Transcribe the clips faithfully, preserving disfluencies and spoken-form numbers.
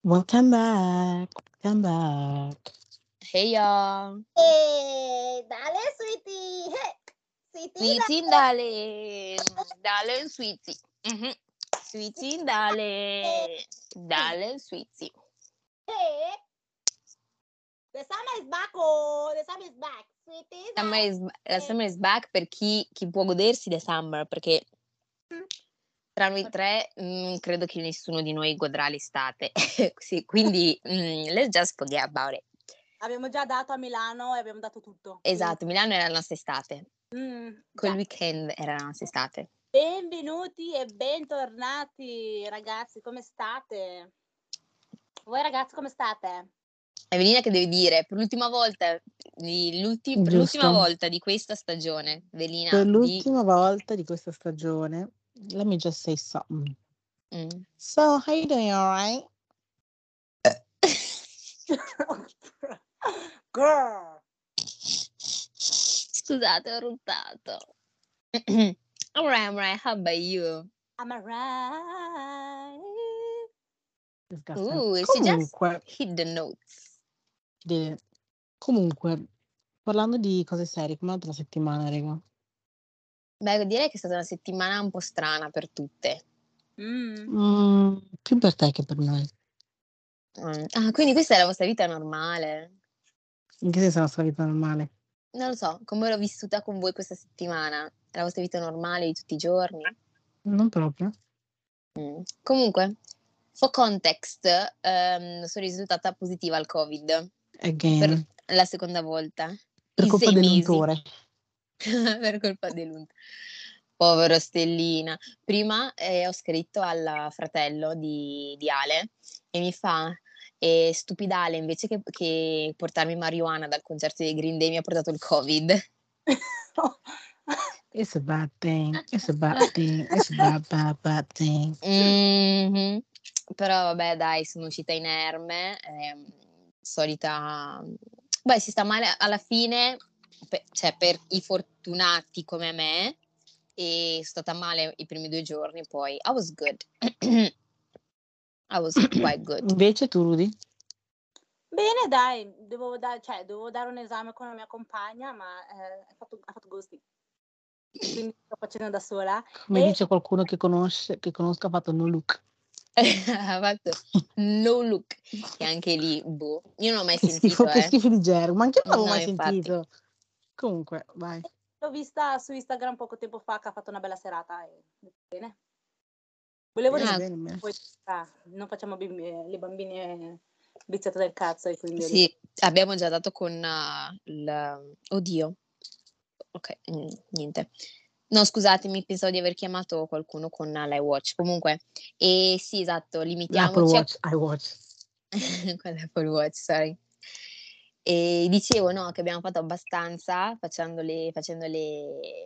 Welcome back, welcome back. Hey y'all. Eh, dale, sweetie. Hey, sweetie, Sweetie, dale. Dale, sweetie. Mhm. Sweetie, dale. Dale, sweetie. Hey, the summer is back. Oh, the summer is back. Sweetie, Summer is, la summer is back per chi, chi può godersi the summer, perché tra noi tre mh, credo che nessuno di noi godrà l'estate. Sì, quindi mh, let's just forget about it. Abbiamo già dato a Milano e abbiamo dato tutto. Esatto, Milano era la nostra estate. Mm, Quel già. weekend era la nostra estate. Benvenuti e bentornati, ragazzi. Come state? Voi ragazzi, come state? Evelina che devi dire per l'ultima volta di, l'ulti- per l'ultima Giusto. volta di questa stagione, Evelina, Per di... l'ultima volta di questa stagione, let me just say something. Mm. So, how you doing, all right? Girl. Scusate, ho ruttato. Alright, alright, how about you? I'm alright. Disgusting. Ooh, she just Comunque, hit the notes. di- comunque, parlando di cose serie, come l'altra settimana, raga? Beh, direi che è stata una settimana un po' strana per tutte. Mm. Mm, più per te che per noi. Mm. Ah, quindi questa è la vostra vita normale? In che senso è la nostra vita normale? Non lo so, come l'ho vissuta con voi questa settimana? È la vostra vita normale di tutti i giorni? Non proprio. Mm. Comunque, for context, ehm, sono risultata positiva al Covid Again. per la seconda volta. Per In colpa sei mesi. dell'untore. Per colpa dell'untore. Povero Stellina. Prima eh, ho scritto al fratello di, di Ale e mi fa, eh, stupidale, invece che, che portarmi marijuana dal concerto dei Green Day mi ha portato il Covid. It's a bad thing. It's a bad thing. It's a bad, bad, bad thing. Mm-hmm. Però vabbè, dai, sono uscita inerme, ehm, solita... Beh, si sta male alla fine, pe- cioè per i fortunati come me, e sono stata male i primi due giorni, poi I was good. I was quite good. Invece tu, Rudy? Bene, dai, devo, da- cioè, devo dare un esame con la mia compagna, ma eh, ha fatto, ha fatto ghosting. Quindi sto facendo da sola. Come E- dice qualcuno che conosce, che conosco, ha fatto no look. Ha fatto no look, che anche lì, boh, io non ho mai Che sentito, schifo, che eh. schifo di gergo, ma anche io non l'avevo No, mai infatti. sentito. Comunque, vai. L'ho vista su Instagram poco tempo fa che ha fatto una bella serata e bene. Volevo Ah, dire, Bene, bene. poi ah, non facciamo bimbi- le bambine viziate del cazzo e quindi ho sì, abbiamo già dato con uh, il... Oddio. Ok, mm, niente. No, scusatemi, pensavo di aver chiamato qualcuno con l'iWatch. Comunque, e sì, esatto, L'Apple limitiamoci Watch, iWatch. a... con l'Apple Watch, sorry. E dicevo, no, che abbiamo fatto abbastanza facendo le... Facendo le...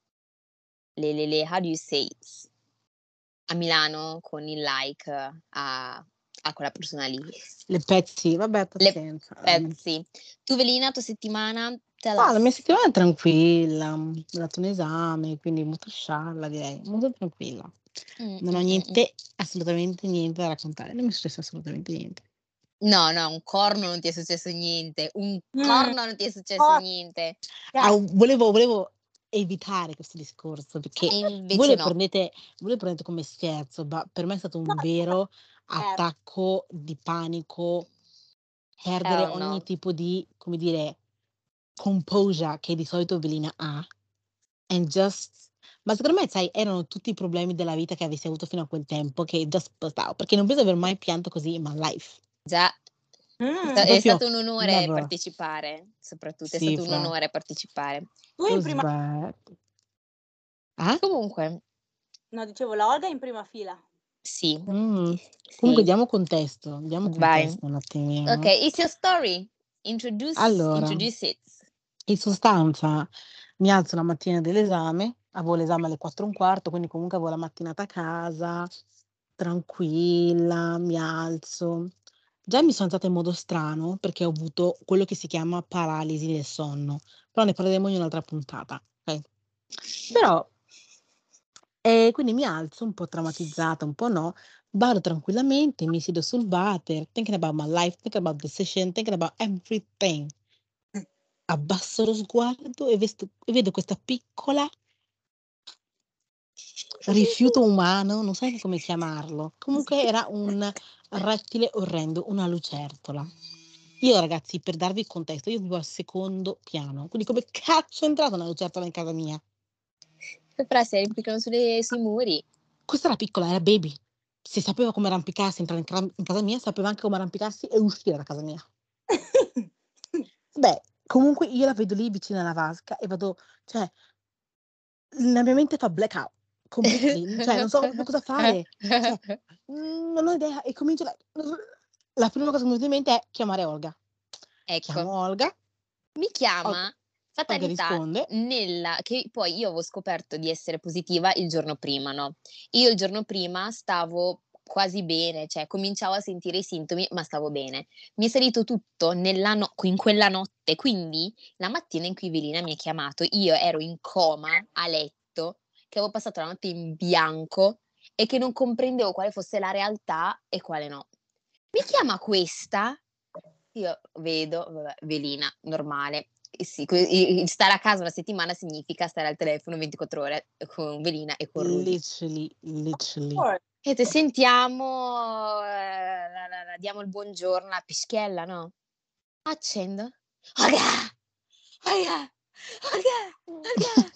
Le, le, le, how do you say it? A Milano con il like a, a quella persona lì. Le pezzi, vabbè, Le pazienza. pezzi. Tu, Velina, tua settimana? Tell Ah, la mia us. settimana è tranquilla, ho dato un esame, quindi molto scialla, direi, molto tranquilla. Mm, Non ho mm, mm. niente, assolutamente niente da raccontare, non mi è successo assolutamente niente. No, no, un corno non ti è successo niente. Un Mm. corno non ti è successo Oh. niente. Ah, volevo, volevo evitare questo discorso perché E voi invece lo, no. prendete, voi lo prendete come scherzo, ma per me è stato un No, vero eh. attacco di panico, perdere Hell ogni no. tipo di, come dire, composure che di solito Velina ha. And just... Ma secondo me, sai, erano tutti i problemi della vita che avessi avuto fino a quel tempo che just bust out, perché non penso di aver mai pianto così in my life. Già, Mm. è, sta- è Proprio stato un onore never. partecipare, soprattutto, è Sì, stato un fra. onore partecipare. Tu It in was prima bad. Ah? Comunque, no, dicevo la Olga in prima fila. sì. Mm. Sì. Comunque diamo contesto, diamo Vai. contesto un attimino. Ok, it's your story. Introduce, Allora, introduce it. in sostanza mi alzo la mattina dell'esame, avevo l'esame alle quattro e un quarto, quindi comunque avevo la mattinata a casa, tranquilla, mi alzo. Già mi sono alzata in modo strano perché ho avuto quello che si chiama paralisi del sonno, però ne parleremo in un'altra puntata, ok? Però, e quindi mi alzo un po' traumatizzata, un po' no, Vado tranquillamente, mi siedo sul water, thinking about my life, thinking about decision, thinking about everything. Abbasso lo sguardo e vesto e vedo questa piccola rifiuto umano, non so neanche come chiamarlo. Comunque era un rettile orrendo, una lucertola. Io ragazzi, per darvi il contesto, io vivo al secondo piano, quindi come cazzo è entrata una lucertola in casa mia? Però si arrampicano sulle sui muri. Questa era piccola, era baby. Se sapeva come arrampicarsi, entrare in cra in casa mia, sapeva anche come arrampicarsi e uscire da casa mia. Beh, comunque io la vedo lì vicino alla vasca e vado cioè la mia mente fa blackout completely, cioè non so proprio cosa fare. Cioè, mhmm, non ho idea e comincio la la prima cosa che mi viene in mente è chiamare Olga. Chiamo Ecco. Olga. Mi Olga chiama Olga fatalità risponde. nella che poi io avevo scoperto di essere positiva il giorno prima, no, io il giorno prima stavo quasi bene, cioè cominciavo a sentire i sintomi, ma stavo bene. Mi è salito tutto nella no in quella notte, quindi la mattina in cui Evelina mi ha chiamato, io ero in coma a letto, che avevo passato la notte in bianco e che non comprendevo quale fosse la realtà e quale no. Mi chiama questa, io vedo, vabbè, Velina, normale. E sì, que i i stare a casa una settimana significa stare al telefono ventiquattro ore con Velina e con Rudy. Literally, literally. E te sentiamo, ehm, la la la diamo il buongiorno, la pischiella, no, accendo: "Olga! Olga! Olga! Olga!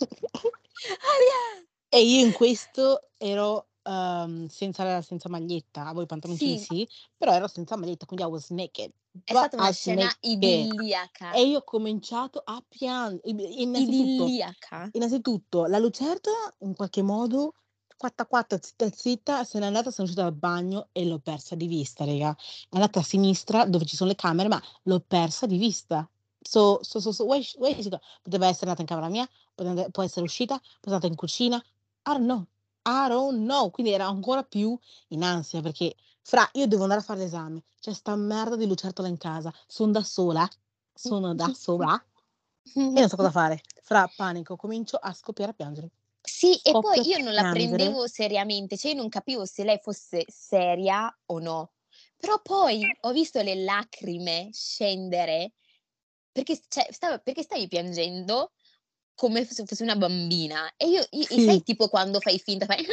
Olga!" E io in questo ero, uhm, senza senza maglietta, avevo i pantaloncini Sì. sì, però ero senza maglietta, quindi I was naked, È butt stata una ass scena naked. idilliaca. E io ho cominciato a pian ib innanzitutto Idilliaca. innanzitutto la lucertola in qualche modo, quatta quatta, zitta zitta, se n'è andata, sono uscita dal bagno e l'ho persa di vista raga. È andata a sinistra dove ci sono le camere, ma l'ho persa di vista. So so so so where is where is she go poteva essere andata in camera mia, poteva può essere uscita, poi è andata in cucina, I don't know, I don't know. Quindi ero ancora più in ansia perché fra io devo andare a fare l'esame, c'è sta merda di lucertola in casa, son da sola, sono da sola e non so cosa fare. Fra panico, comincio a scoppiare a piangere. Sì, e Scoppio poi a io non la piangere. prendevo seriamente, cioè io non capivo se lei fosse seria o no. Però poi ho visto le lacrime scendere perché s cioè stava perché stavi piangendo come se fossi una bambina e io i e sai Sì. tipo quando fai finta, fai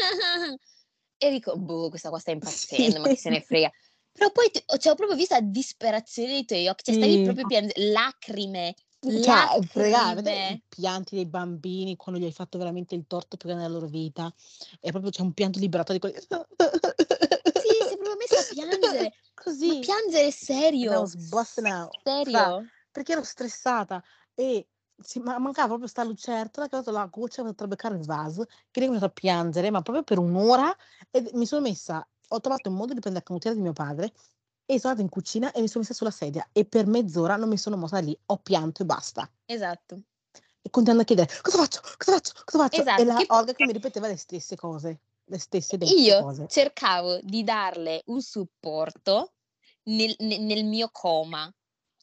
e dico: "Boh, questa qua sta Sì. impazzendo, ma chi se ne frega." Però poi t cioè ho proprio visto la disperazione dei tuoi occhi, cioè stavi Sì. proprio piange lacrime, Cioè, fregare, te i lacrime. pianti dei bambini quando gli hai fatto veramente il torto più grande della loro vita e proprio c'è un pianto liberato di quelli Sì, si è proprio messa a piangere, ma così. piangere And I serio, was busting out. Fra serio. perché ero stressata e sì, ma mancava proprio 'sta lucertola che ha dato la goccia per trabeccare il vaso, che lei ha cominciato a piangere, ma proprio per un ora ed mi sono messa ho trovato un modo di prendere la canottiera di mio padre e sono andata in cucina e mi sono messa sulla sedia e per mezz'ora non mi sono mossa da lì, ho pianto e basta. Esatto, E continuando a chiedere: "Cosa faccio? Cosa faccio? Cosa faccio?" E esatto, la che p Olga che mi ripeteva le stesse cose, le stesse identiche io cose. cercavo di darle un supporto nel ne nel mio coma.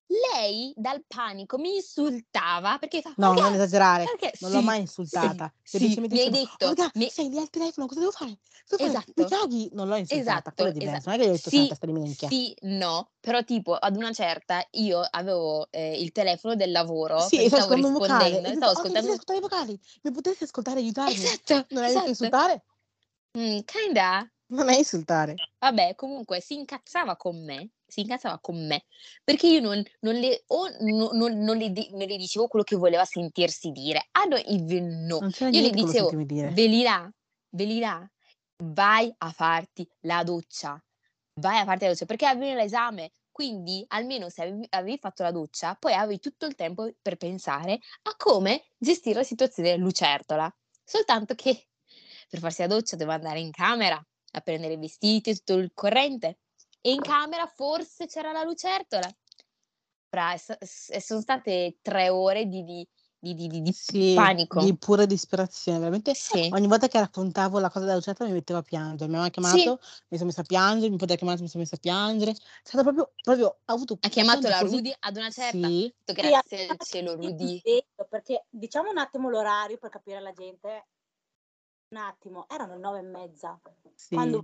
Lei dal panico mi insultava perché fa: No, non "Olga, esagerare, Olga" non l'ho sì, mai sì, insultata. sì, Semplicemente mi hai dicevo: detto "Olga, mi sei lì al telefono, cosa devo fare? Cosa devo fare? Mi esatto, chiami?" Non l'ho insultata, quello è esatto, esa diverso. Non è che gli ho detto: "Sei una sì, testa di minchia." sì, no, però tipo ad una certa io avevo, ehm, il telefono del lavoro Sì, e perché stavo stavo ascoltando un vocale rispondendo e e dico: stavo "Olga, mi potete ascoltando ascoltare i vocali? Mi potete ascoltare e aiutarmi?" esatto, Non hai detto esatto. insultare? Mh, kinda. Non è insultare. Vabbè, comunque si incazzava con me, si incazzava con me, perché io non non le o no non non le di non le dicevo quello che voleva sentirsi dire. I don't even know. Non c'era Io le niente che volevo dicevo: sentirmi dire. "Velina, Velina, vai a farti la doccia, vai a farti la doccia", perché avevi l'esame, quindi almeno se avevi avevi fatto la doccia, poi avevi tutto il tempo per pensare a come gestire la situazione lucertola. Soltanto che per farsi la doccia doveva andare in camera a prendere i vestiti e tutto il corrente e in camera forse c'era la lucertola. Fra, è sta s e son state tre ore di di di di di di Sì, panico. di pura disperazione. Veramente Sì, ogni volta che raccontavo la cosa della lucertola mi mettevo a piangere. Mi aveva sì. chiamato, mi son messa a piangere, mio padre ha chiamato, mi son messa a piangere. È stato proprio proprio ho avuto Ha ho chiamato pianto la così Rudy ad una certa, ha sì, detto: Sì, "Grazie al cielo io ti Rudy". sveglio perché diciamo un attimo l'orario per capire la gente. Un attimo, erano le nove e mezza, quando sì.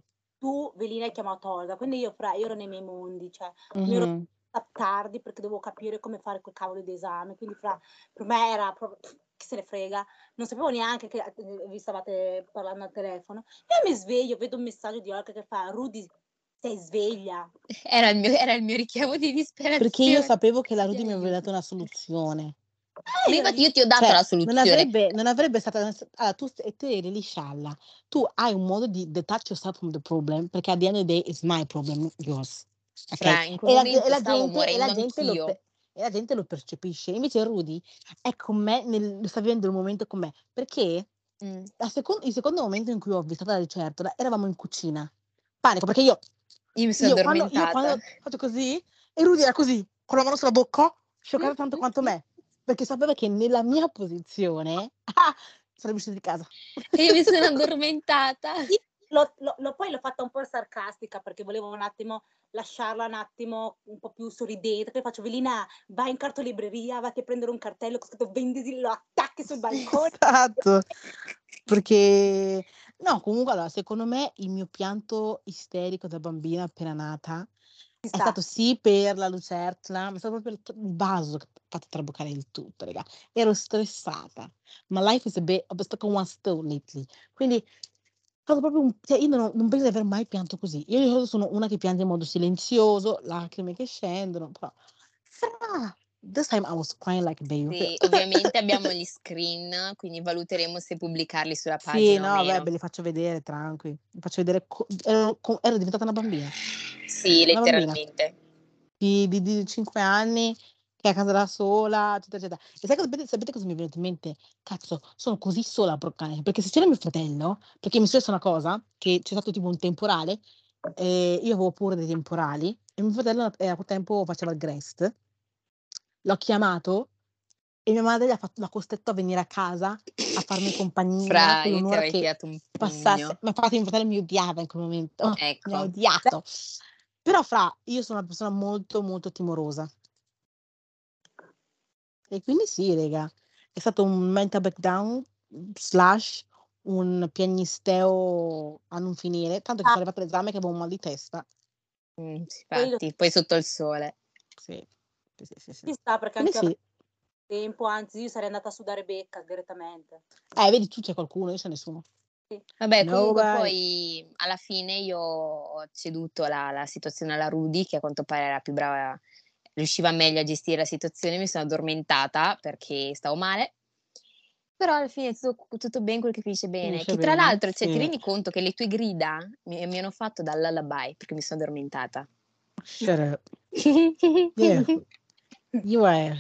tu, Velina, hai chiamato Olga, quindi io, fra, io ero nei miei mondi, cioè mi ero Mhm. tardi perché dovevo capire come fare quel cavolo di esame, quindi fra, per me era proprio, pff, chi se ne frega, non sapevo neanche che eh, vi stavate parlando al telefono. Io mi sveglio, vedo un messaggio di Olga che fa: Rudy, sei sveglia? Era il mio, era il mio richiamo di Perché io disperazione. sapevo che la Sì, Rudy mi avrebbe aiuto. dato una soluzione. Eh, Ma io infatti io ti ho dato Cioè, la non soluzione. avrebbe, non avrebbe stata. Allora, tu, e tu eri lì scialla. Tu hai un modo di detach yourself from the problem, perché at the end of the day it's my problem, not yours. Ok? Fra, in quel E la, momento e la stavo gente, e la morendo gente lo, anch'io. pe- e la gente lo percepisce. Invece Rudy è con me, nel, sta vivendo il momento con me. Perché Mm. la secon- il secondo momento in cui ho avvistato la ricerca, eravamo in cucina. Panico, perché io, Io mi sono io quando, io addormentata. quando ho fatto così, e Rudy era così, con la mano sulla bocca, scioccata tanto quanto me. Perché sapeva che nella mia posizione ah, sarebbe uscito di casa. E io mi sono addormentata. Io l'ho, l'ho- l'ho- poi l'ho fatta un po' sarcastica perché volevo un attimo lasciarla un attimo un po' più sorridente. Poi faccio: Velina, vai in cartolibreria, vatti a prendere un cartello con scritto venditi, lo attacchi sul balcone. Esatto. Perché no, comunque allora, secondo me il mio pianto isterico da bambina appena nata Ci è sta. stato sì per la lucertola, ma è stato proprio il, il vaso che ha fatto traboccare il tutto, raga. Ero stressata. My life is a bit I've stuck on one stone lately. Quindi è stato proprio un, cioè, io non, non penso di aver mai pianto così. Io di solito sono una che piange in modo silenzioso, lacrime che scendono, però fra, this time I was crying like a baby. Sì, ovviamente abbiamo gli screen, quindi valuteremo se pubblicarli sulla Sì, pagina o no, vabbè, meno. ve li faccio vedere, tranqui. Vi faccio vedere co- ero, co- ero diventata una bambina. Sì, Una bambina letteralmente. di, di, di cinque anni che è a casa da sola, eccetera, eccetera. E sai cosa, sapete, sapete cosa mi è venuto in mente? Cazzo, sono così sola a Broccane. Perché se c'era mio fratello, perché mi è successa una cosa, che c'è stato tipo un temporale, e io avevo paura dei temporali, e mio fratello eh, a quel tempo faceva il Grest. L'ho chiamato e mia madre l'ha, fatto, l'ha costretto a venire a casa a farmi compagnia Fra, io ti quell'un'ora avrei che tirato un passasse. pugno. Ma infatti mio fratello mi odiava in quel momento, mi ha Ecco. odiato. Però fra, io sono una persona molto molto timorosa. E quindi sì, raga, è stato un mental breakdown slash un piagnisteo a non finire, tanto che Ah, sono arrivato all'esame che avevo un mal di testa. Mm, poi lo- infatti, poi sotto il sole. Sì, sì, sì, sì, sì. ci sta perché Quindi anche io sì. avrei tempo, anzi io sarei andata a sudare becca direttamente. Eh, vedi, tu c'è qualcuno, io c'è nessuno. Sì. Vabbè, comunque Nobody. poi alla fine io ho ceduto la, la situazione alla Rudy, che a quanto pare era più brava, riusciva meglio a gestire la situazione. Mi sono addormentata perché stavo male. Però alla fine è tutto, tutto bene quel che finisce bene. Finisce Che tra bene, l'altro, cioè, ti sì. rendi conto che le tue grida mi, mi hanno fatto da lullaby perché mi sono addormentata. Shut up. Yeah, you are.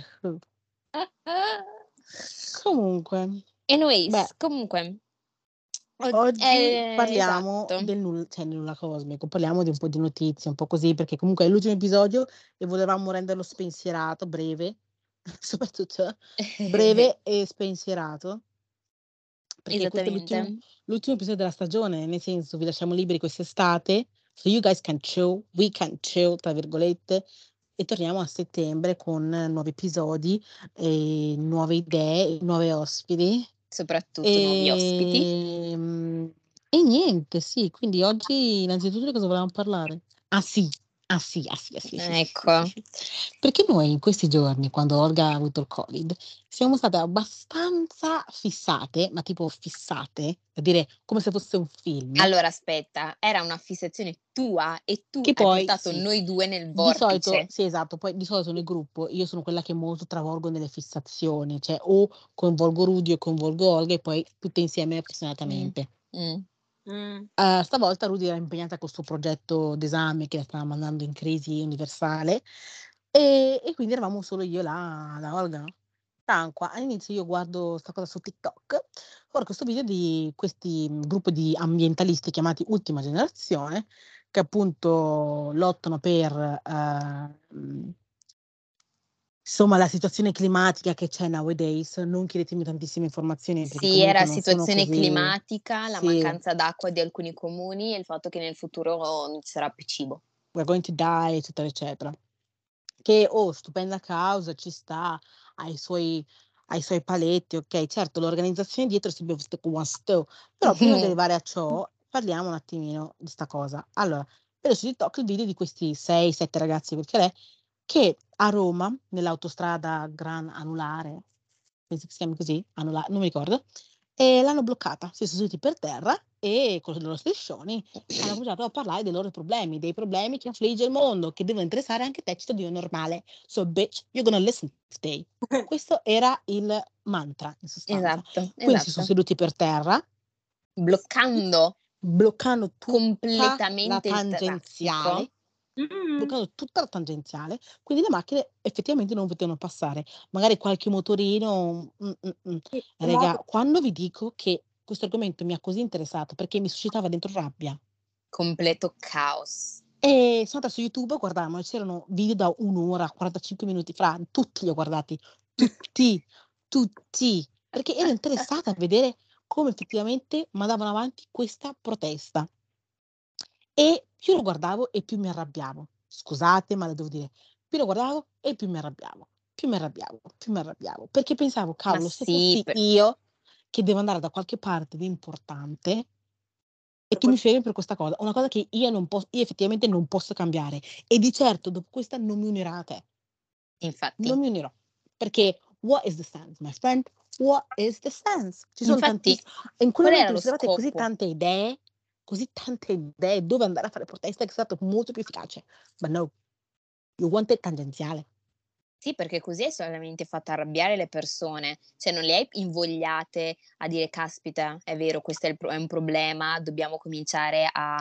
Comunque, beh, Anyways, comunque, o- oggi eh, parliamo esatto. del nulla, cioè nulla cosmico, parliamo di un po' di notizie, un po' così, perché comunque è l'ultimo episodio e volevamo renderlo spensierato, breve, soprattutto breve e spensierato, perché questo è l'ultimo, Esattamente. l'ultimo episodio della stagione, nel senso vi lasciamo liberi quest'estate, so you guys can chill, we can chill, tra virgolette, e torniamo a settembre con nuovi episodi, e nuove idee, nuove ospiti. Soprattutto nuovi ospiti. Ehm, E, niente, sì, quindi oggi innanzitutto di cosa volevamo parlare? Ah sì, ah sì, ah sì, ah sì, sì, sì, sì, Ecco. sì, sì. Perché noi in questi giorni, quando Olga ha avuto il Covid, siamo state abbastanza fissate, ma tipo fissate, da dire come se fosse un film, Allora aspetta, era una fissazione tua e tu che hai poi portato sì, noi due nel di solito, vortice. sì esatto, poi di solito nel gruppo io sono quella che molto travolgo nelle fissazioni, cioè o coinvolgo Rudy o coinvolgo Olga e poi tutte insieme Mm, appassionatamente. mm. Mm. Uhm, stavolta Rudy era impegnata col suo progetto d'esame che la stava mandando in crisi universale, e e quindi eravamo solo io e la la Olga, no, Franqua. All'inizio io guardo 'sta cosa su TikTok, guardo questo video di questi, mhmm, gruppo di ambientalisti chiamati Ultima Generazione, che appunto lottano per, uhm, insomma la situazione climatica che c'è nowadays. Non chiedetemi tantissime informazioni perché Sì, era comunque non sono situazione così climatica, la sì. mancanza d'acqua di alcuni comuni e il fatto che nel futuro non ci sarà più cibo. We're going to die, eccetera, eccetera. Che, oh, stupenda causa, ci sta, ha i suoi ha i suoi paletti, okay, certo l'organizzazione dietro si one stove, però prima di arrivare a ciò parliamo un attimino di 'sta cosa. Allora, vedo su TikTok il video di questi sei, sette ragazzi, perché è, che a Roma, nell'autostrada Gran Anulare, penso che si chiami così, Anula non mi ricordo, e l'hanno bloccata. Si sono seduti per terra e con i loro striscioni hanno cominciato a parlare dei loro problemi, dei problemi che affligge il mondo, che devono interessare anche te cittadino normale. So bitch, you're gonna listen today. Questo era il mantra in sostanza. Esatto, Quindi si sono esatto. seduti per terra, Bloccando bloccando tutta la completamente il tangenziale, traffico. Mh. bloccando tutta la tangenziale, quindi le macchine effettivamente non potevano passare. Magari qualche motorino, mh, mh, mh. Sì, le Raga, moto quando vi dico che questo argomento mi ha così interessato perché mi suscitava dentro rabbia, Completo caos. e sono andata su YouTube a guardarmelo, c'erano video da un ora, quarantacinque minuti, fra tutti li ho guardati, tutti, tutti, perché ero interessata a vedere come effettivamente mandavano avanti questa protesta. E più lo guardavo e più mi arrabbiavo. Scusate, ma lo devo dire. Più lo guardavo e più mi arrabbiavo, più mi arrabbiavo, più mi arrabbiavo, perché pensavo: Ma "Cavolo, se sì, fossi per io che devo andare da qualche parte di importante e per tu mi quel fermi per questa cosa, una cosa che io non pos io effettivamente non posso cambiare, e di certo dopo questa non mi unirò a te, infatti, non mi unirò, perché what is the sense, my friend? What is the sense? Ci sono infatti, tantiss in quel qual era momento mi lo sono arrivate così scopo? tante idee, così tante idee dove andare a fare protesta che è stato molto più efficace. But no, you want it tangenziale. Sì, perché così hai solamente fatto arrabbiare le persone, cioè non le hai invogliate a dire: "Caspita, è vero, questo è il pro è un problema, dobbiamo cominciare a,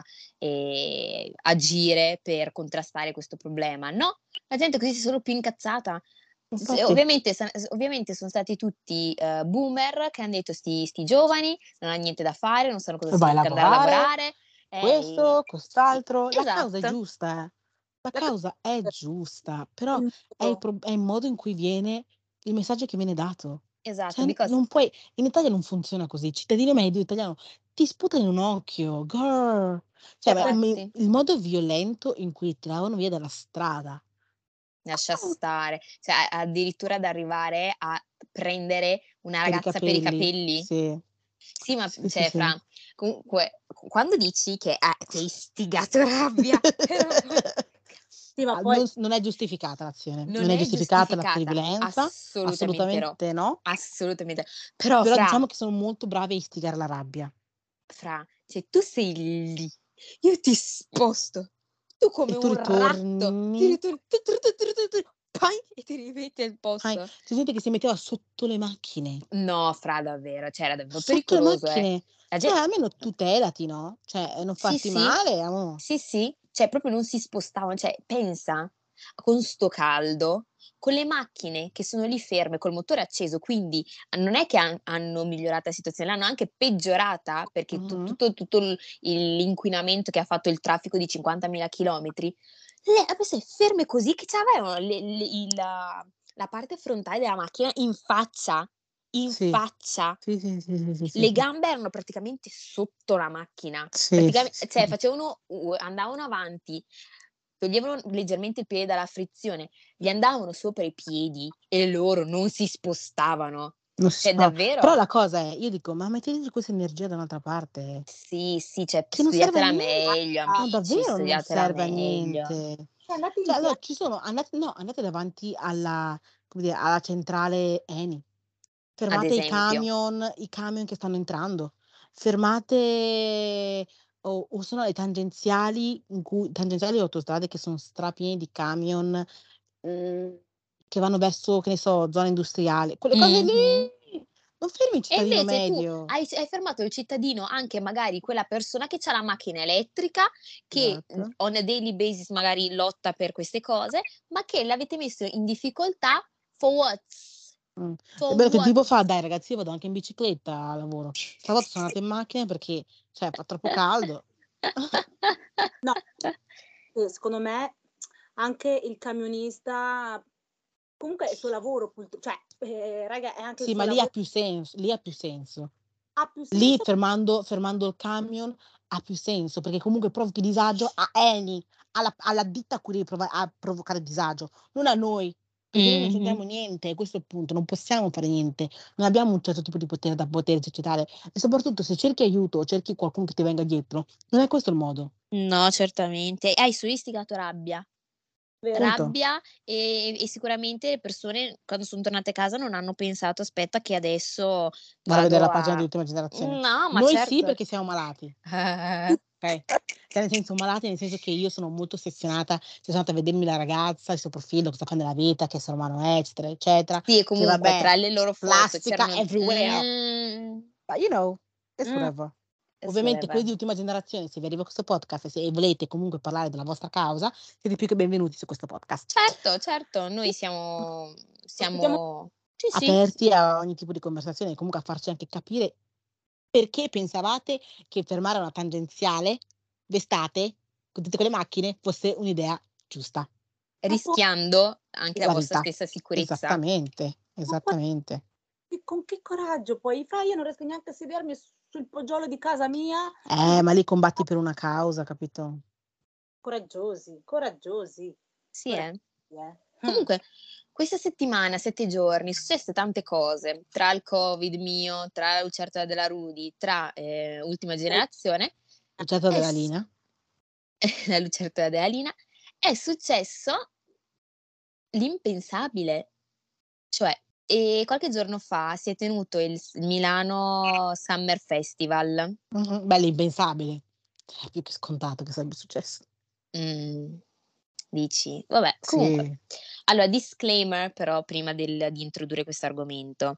ehm, agire per contrastare questo problema." No, la gente così si è solo più incazzata. S Infatti, ovviamente sa s ovviamente son stati tutti, ehm, boomer che han detto: "Sti sti giovani non han niente da fare, non sanno cosa vai a significa andare a lavorare, lavorare." Eh, questo, sì, quest'altro. La causa è esatto, giusta, eh. La la ca causa è giusta, però il è il modo. prob è il modo in cui viene il messaggio che viene dato. esatto, Cioè, n because non puoi in Italia non funziona così. Il cittadino medio italiano ti sputa in un occhio, girl. Cioè, ma mi infatti. il modo violento in cui ti tiravano via dalla strada. Lascia stare. Cioè, a addirittura ad arrivare a prendere una Per i ragazza per i capelli, capelli. sì. Sì, ma, Sì, sì, cioè, sì. Fra, comunque, q quando dici che ha ti ha istigato rabbia, però poi Sì, ma Ah, poi non s non è giustificata l'azione, non non è è giustificata l'azione di giustificata, violenza, assolutamente no, assolutamente no, assolutamente. Però però Fra diciamo che sono molto bravi a istigare la rabbia. Fra, se tu sei lì, io ti sposto, tu E come tu un ratto ritorni ti ritorni tu tru tu tru tu tu, pai, e ti rimetti al hai posto. c'è gente che si metteva sotto le macchine. No, Fra, davvero, cioè era davvero Sotto le pericoloso, eh. macchine! La Cioè ge almeno tutelati, no, cioè non Sì, farti sì, male, amo. sì, sì, cioè proprio non si spostavano, cioè pensa, con 'sto caldo, con le macchine che sono lì ferme col motore acceso, quindi non è che han hanno migliorato la situazione, l'hanno anche peggiorata, perché tu Mh-mh. tutto tutto il il l'inquinamento che ha fatto il traffico di cinquantamila chilometri, le a queste ferme così che c'avevano le le il la la parte frontale della macchina in faccia, in Sì. faccia. Sì, sì, sì, sì, sì, sì, Le sì. gambe erano praticamente sotto la macchina. Sì, sì, Praticame sì, cioè sì. facevano u andavano avanti, toglievano leggermente il piede dalla frizione, gli andavano sopra i piedi e loro non si spostavano. Non si Cioè spa Però davvero la cosa è, io dico: "Ma mettete questa energia da un'altra parte, sì, sì, cioè che non serve a studiatela niente." meglio a Ma amici, davvero non studiatela serve a meglio. niente. cioè andate in Cioè allora pia ci sono andate no, andate davanti alla come dire, alla centrale ENI, Ad fermate i esempio, camion i camion che stanno entrando, fermate o o sono le tangenziali in cui tangenziali e autostrade che sono strapieni di camion, mhmm, che vanno verso, che ne so, zona industriale, quelle cose mh-mh. lì! Non fermi il E cittadino invece tu medio. hai s hai fermato il cittadino, anche magari quella persona che c'ha la macchina elettrica, che, mhmm, Esatto. on a daily basis magari lotta per queste cose, ma che l'avete messo in difficoltà for what? Mh. È For bello che what? tipo fa: "Dai ragazzi, io vado anche in bicicletta al lavoro." Stavolta sono andata in macchina perché, cioè, fa troppo caldo. no, e secondo me anche il camionista comunque è il suo lavoro pult cioè, ehm, raga, è anche il Sì, suo ma lì ha lavoro, più sens lì ha più senso. ha più Lì senso. fermando fermando il camion ha più senso, perché comunque provochi disagio a Eni, alla alla ditta a cui devi prova a provocare disagio, non a noi. perché noi non Mh-mh. c'entriamo niente, questo è il punto, non possiamo fare niente, non abbiamo un certo tipo di potere da poter esercitare e soprattutto se cerchi aiuto o cerchi qualcuno che ti venga dietro, non è questo il modo. No, certamente. Hai solo istigato rabbia. Vero. Punto. Rabbia e e sicuramente le persone quando son tornate a casa non hanno pensato: "Aspetta che adesso Vado a vedere vado la pagina a" di Ultima Generazione. no, ma Noi sì certo. perché siamo malati, okay? Cioè nel senso malati, nel senso che io sono molto ossessionata, sono andata a vedermi la ragazza, il suo profilo, cosa fa nella vita, che essere umano è, eccetera, eccetera. Sì, e Che comunque vabbè, tra le loro foto plastica c'erano everywhere, mhmm, but you know, it's Mh. whatever. it's Ovviamente quelli whatever. di Ultima Generazione, se vi arriva questo podcast e se voglete comunque parlare della vostra causa, siete più che benvenuti su questo podcast. Certo, certo, noi siamo Ospitiamo siamo sì, sì. Aperti a ogni tipo di conversazione e comunque a farci anche capire perché pensavate che fermare una tangenziale d'estate con tutte quelle macchine fosse un'idea giusta. Rischiando anche la La vostra vita. stessa sicurezza. Esattamente, Ma poi esattamente. e con che coraggio poi? Fra io non riesco neanche a sedermi s sul poggiolo di casa mia Eh, ma lì combatti per una causa, capito? coraggiosi, coraggiosi, Sì, eh. coraggiosi, eh. Mh. Comunque questa settimana, sette giorni, successe tante cose, tra il Covid mio, tra la lucertola della Rudy, tra, ehm, Ultima Generazione, Lucertola è della s Lina. la lucertola della Lina, è successo l'impensabile. Cioè, ehm, qualche giorno fa si è tenuto il s Milano Summer Festival. Mh-mh. Beh, l'impensabile. È più che scontato che sarebbe successo. Mhmm, dici? Vabbè, comunque. Sì. Allora, disclaimer però prima del di introdurre questo argomento.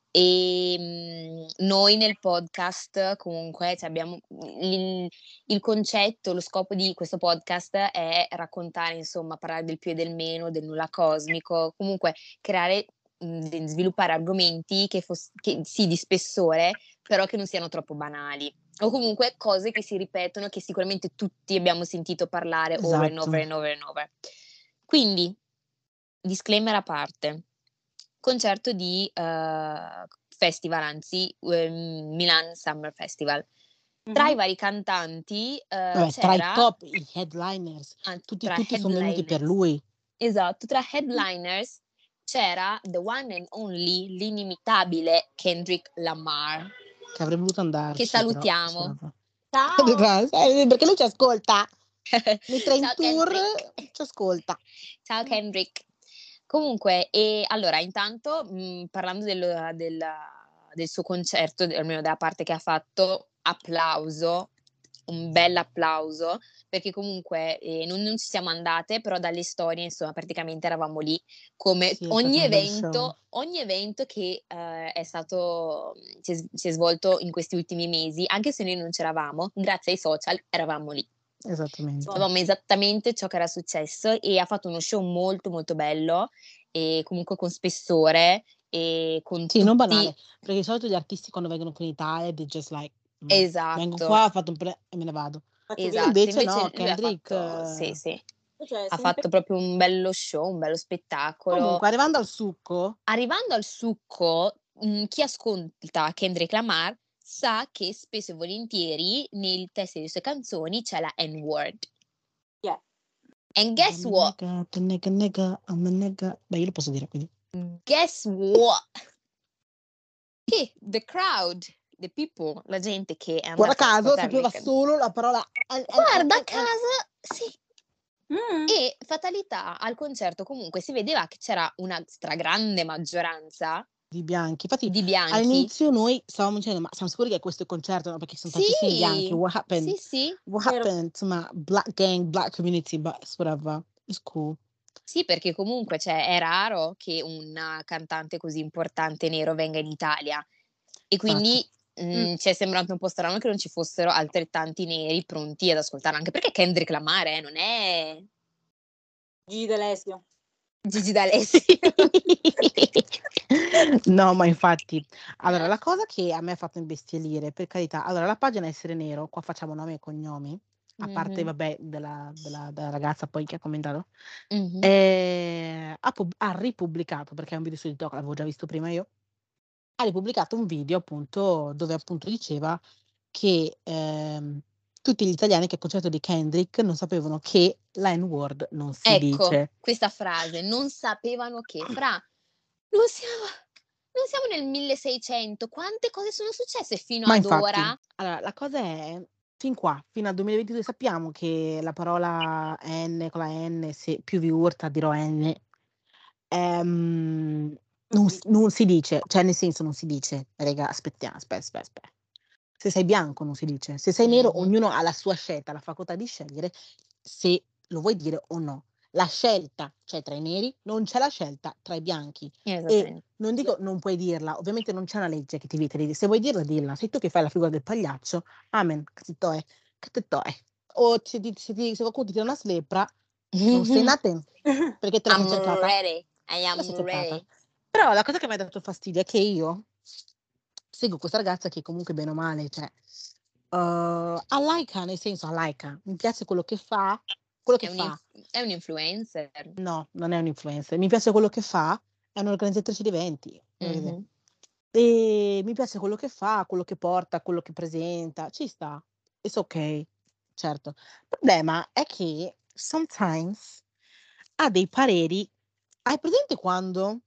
Ehm, noi nel podcast comunque cioè abbiamo il il concetto, lo scopo di questo podcast è raccontare, insomma, parlare del più e del meno, del nulla cosmico, comunque creare mhmm, de sviluppare argomenti che fos che sì, di spessore, però che non siano troppo banali. O comunque cose che si ripetono, che sicuramente tutti abbiamo sentito parlare over and Esatto. over and over and over. Quindi, disclaimer a parte, concerto di, uhm, festival anzi, uhm, Milan Summer Festival. Tra i Mh-mh. vari cantanti, uhm, Vabbè, tra i c'era top, i headliners, anzi tutti tra tutti son venuti per headliners lui, esatto, tra headliners c'era the one and only, l'inimitabile Kendrick Lamar, che avrei voluto che andarci però salutiamo. Ciao. eh, perché lui ci ascolta. Mentre è in Ciao tour Kendrick. ci ascolta. Ciao Kendrick. Comunque, ehm, allora intanto, mhmm, parlando del del del suo concerto, d almeno della parte che ha fatto, applauso, un bell'applauso, perché comunque, ehm, non non ci siamo andate, però dalle storie, insomma, praticamente eravamo lì, come Sì, è stato ogni un bel show. evento ogni evento che, ehm, è stato mhmm, si è s si è svolto in questi ultimi mesi, anche se noi non c'eravamo, grazie ai social eravamo lì. Esattamente. Sapevamo esattamente ciò che era successo e ha fatto uno show molto, molto bello e comunque con spessore e con Sì, non tutti banale, perché di solito gli artisti quando vengono qui in Italia they just like: "Mh, vengo esatto, qua, ho fatto un pre e me ne vado." Faccio via. esatto. Invece Invece no, lui ha Kendrick fatto sì, eh, sì, Cioè ha sempre fatto proprio un bello show, un bello spettacolo. comunque arrivando al succo, Arrivando al succo, mhmm, chi ascolta Kendrick Lamar sa che spesso e volentieri nei testi delle sue canzoni c'è la N-word. yeah. And I'm guess a what? nigga, the nigga, nigga, I'm a nigga. Beh, io lo posso dire quindi. Guess what? Che the crowd, the people, la gente che è Guarda andata ad caso ascoltare le sapeva can solo la parola an an an guarda an an caso sì. Mh. E fatalità, al concerto comunque si vedeva che c'era una stragrande maggioranza di bianchi. Infatti di bianchi. all'inizio noi stavamo dicendo: "Ma siamo sicuri che questo è il concerto, no, perché ci son tantissimi bianchi. Sì, What happened? sì, sì. What Vero. happened?" Insomma, black gang, black community, but it's whatever. It's cool. Sì, perché comunque, cioè, è raro che un cantante così importante nero venga in Italia e Infatti. quindi, mhmm, ci è sembrato un po' strano che non ci fossero altrettanti neri pronti ad ascoltarlo, anche perché Kendrick Lamar, eh, non è Gigi D'Alessio. Gigi D'Alessi. No, ma infatti. Allora, la cosa che a me ha fatto imbestialire, per carità, allora la pagina Essere Nero, qua facciamo nomi e cognomi, a parte Mh-mh, vabbè della della della ragazza poi che ha commentato, mh-mh. ehm, ha pub ha ripubblicato, perché è un video su TikTok, l'avevo già visto prima io, ha ripubblicato un video appunto dove appunto diceva che, ehm, tutti gli italiani che al concerto di Kendrick non sapevano che la N-word non si Ecco, dice. questa frase, non sapevano che. Fra, non siamo, non siamo nel milleseicento, quante cose sono successe fino Ma ad infatti, ora? allora la cosa è, fin qua, fino al duemilaventidue sappiamo che la parola N con la N, se più vi urta dirò N, ehm, non, s- non si dice, cioè nel senso non si dice, raga, aspettiamo, aspetta, aspetta, aspetta. Se sei bianco non si dice, se sei nero Mhm. ognuno ha la sua scelta, la facoltà di scegliere se lo vuoi dire o no. La scelta c'è tra i neri, non c'è la scelta tra i bianchi. E Esattamente. non dico non puoi dirla, ovviamente non c'è una legge che ti vieta di dire, se vuoi dirla, dirla. Sei tu che fai la figura del pagliaccio, amen, che ti toe, che te toe. O se, ti- se, ti- se qualcuno ti tira una slepra, non sei nothing, perché te la sei I'm cercata. ready, I Te la am sei cercata. ready. Però la cosa che mi ha dato fastidio è che io seguo questa ragazza che comunque bene o male, cioè, uh, a laica, nel senso a laica, mi piace quello che fa, quello È che un, fa. inf- è un influencer. No, non è un influencer, mi piace quello che fa, è un'organizzatrice di eventi. voglio dire. Mhm. E mi piace quello che fa, quello che porta, quello che presenta, ci sta, it's ok, certo. Il problema è che sometimes ha dei pareri, hai presente quando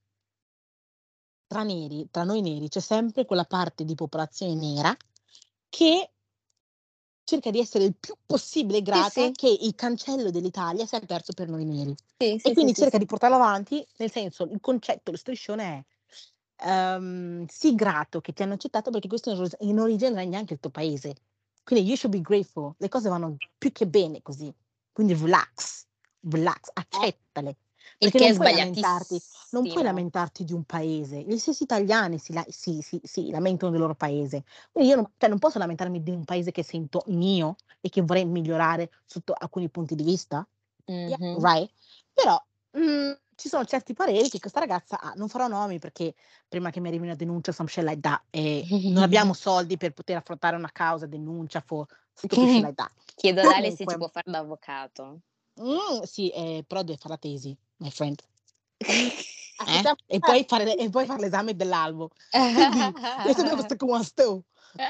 tra neri, tra noi neri, c'è sempre quella parte di popolazione nera che cerca di essere il più possibile grata sì. che il cancello dell'Italia sia aperto per noi neri. Sì, E sì, quindi sì, cerca sì, di portarlo avanti, nel senso, il concetto, lo striscione è ehm, sii grato che ti hanno accettato perché questo in ori- in origine non è neanche il tuo paese. Quindi you should be grateful. Le cose vanno più che bene così. Quindi relax, relax, accettale. Il Perché che non è puoi lamentarti, non puoi sbagliatissimo. lamentarti di un paese. Gli stessi italiani si, la- si- si- si lamentano del loro paese. Quindi io non, cioè, non posso lamentarmi di un paese che sento mio e che vorrei migliorare sotto alcuni punti di vista. Yeah, Mhm. right? Però mm, ci sono certi pareri che questa ragazza ha. Non farò nomi perché prima che mi arrivi una denuncia, some shit like that, e non abbiamo soldi per poter affrontare una causa, denuncia, for stupid shit like that. Chiedo ad Ale se ci Comunque, può fare da avvocato. mm, sì, eh, però deve fare la tesi, my friend. Eh? Aspettiamo. E poi fare, e poi fare l'esame dell'albo. Quindi, io sapevo questo come sto.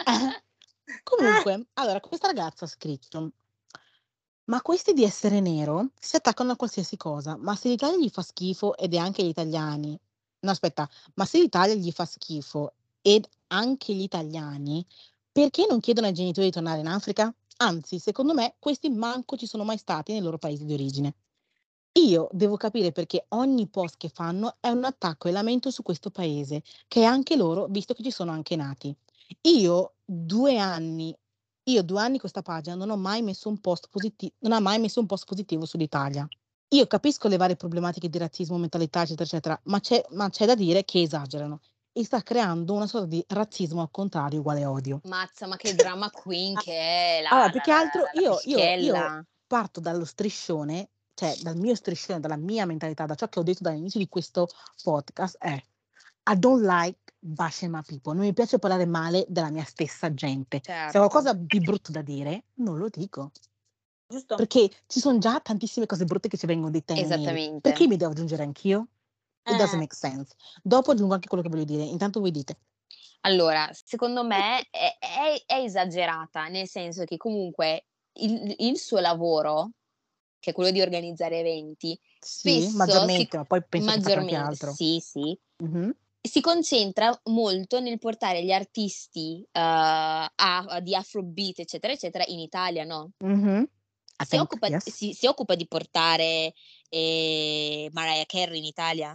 Comunque, allora, questa ragazza ha scritto: ma questi di essere nero si attaccano a qualsiasi cosa, ma se l'Italia gli fa schifo ed è anche gli italiani. No, aspetta, ma se l'Italia gli fa schifo ed anche gli italiani, perché non chiedono ai genitori di tornare in Africa? Anzi, secondo me, questi manco ci sono mai stati nei loro paesi di origine. Io devo capire perché ogni post che fanno è un attacco e lamento su questo paese, che è anche loro, visto che ci sono anche nati. Io due anni, io due anni questa pagina non ho mai messo un post positivo, non ha mai messo un post positivo sull'Italia. Io capisco le varie problematiche di razzismo, mentalità, eccetera, eccetera, ma c'è, ma c'è da dire che esagerano e sta creando una sorta di razzismo al contrario uguale odio. Mazza, ma che drama queen che è la, Allora, la, più che la, altro la, la io, io, io fischella. parto dallo striscione, cioè dal mio striscione, dalla mia mentalità, da ciò che ho detto dall'inizio di questo podcast è I don't like bashing my people. Non mi piace parlare male della mia stessa gente. Se ho Certo. qualcosa di brutto da dire, non lo dico. Giusto? Perché ci sono già tantissime cose brutte che ci vengono dette ai neri. Esattamente. Perché mi devo aggiungere anch'io? It doesn't Eh. make sense. Dopo aggiungo anche quello che voglio dire. Intanto voi dite. Allora, secondo me è, è- è esagerata, nel senso che comunque il, il suo lavoro, che è quello di organizzare eventi, Sì, spesso si, maggiormente, ma poi penso che faccia anche maggiormente, altro. sì, sì, Mhm. si concentra molto nel portare gli artisti eh, a- di Afrobeat, eccetera, eccetera, in Italia, no? Mhm. I Si think, occupa, yes. si, si occupa di portare eh, Mariah Carey in Italia?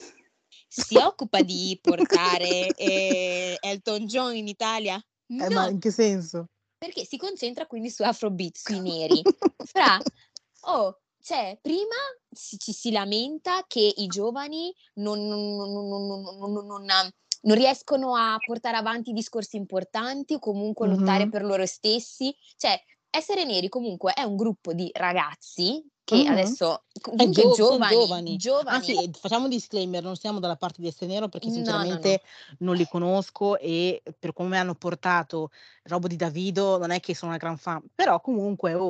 Si occupa di portare eh, Elton John in Italia? Eh, ma No, in che senso? perché si concentra quindi su Afrobeat, sui neri. Fra, oh, cioè, prima si- ci si lamenta che i giovani non, non- non- non- non- non- non- non- non riescono a portare avanti discorsi importanti o comunque lottare Mhm. per loro stessi. Cioè, essere neri comunque è un gruppo di ragazzi che Mhm. adesso, È comunque gio- sono giovani, giovani. giovani. Anzi, eh, facciamo un disclaimer, non siamo dalla parte di essere nero perché No, no, no. sinceramente non li conosco e per come hanno portato roba di Davido non è che sono una gran fan, però comunque oh,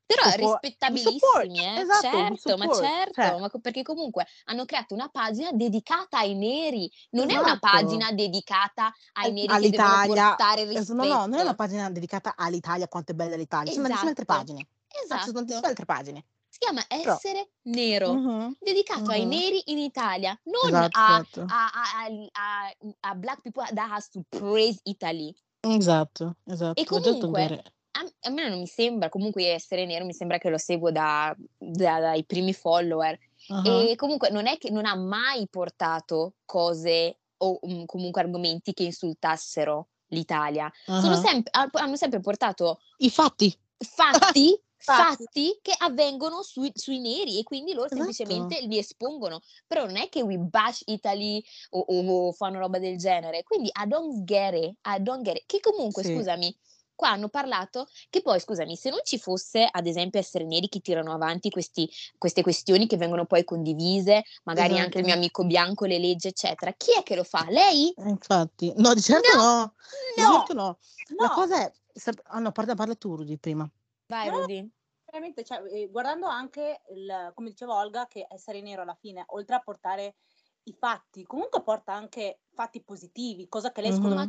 Però Support- we support. rispettabilissimi, eh? Esatto, we Certo, ma support. certo, Cioè, ma co- perché comunque hanno creato una pagina dedicata ai neri, non è una esatto. pagina dedicata ai Al- neri che devono All'Italia. portare Es- rispetto. No, no, non è una pagina dedicata all'Italia, quanto è bella l'Italia. Ci sono tantissime altre Esatto, pagine. Ah, ci sono tantissime esatto. altre pagine. Si chiama Però. Essere Nero, Mhm, dedicato ai mhm. neri in Italia, non Esatto, a, esatto. a, a, a, a black people that has to praise Italy. Esatto, E esatto. I just don't comunque, get it. a, a me non mi sembra, comunque essere nero mi sembra che lo seguo da, da- dai primi follower. Uh-huh. E comunque non è che non ha mai portato cose o um, comunque argomenti che insultassero l'Italia. Sono Uh-huh. sempre, ha- hanno sempre portato I fatti. fatti, Fatti. fatti che avvengono sui, sui neri e quindi loro Esatto. semplicemente li espongono. Però non è che we bash Italy o, o- o fanno roba del genere. Quindi I don't get it, I don't get it. Che comunque, Sì. scusami, qua hanno parlato che poi, scusami, se non ci fosse, ad esempio, essere neri che tirano avanti questi, queste questioni che vengono poi condivise, magari Esatto. anche il mio amico bianco, le leggi, eccetera, chi è che lo fa? Lei? Eh, Infatti, no, di certo No, no. Di no. certo no. La No, cosa è. sap- Ah, no, parla, parla tu, Rudy, prima. Vai, No, no, Rudy. veramente, cioè, eh, guardando anche, il, come diceva Olga, che essere nero alla fine, oltre a portare i fatti, comunque porta anche fatti positivi, cosa che lei Mhm. secondo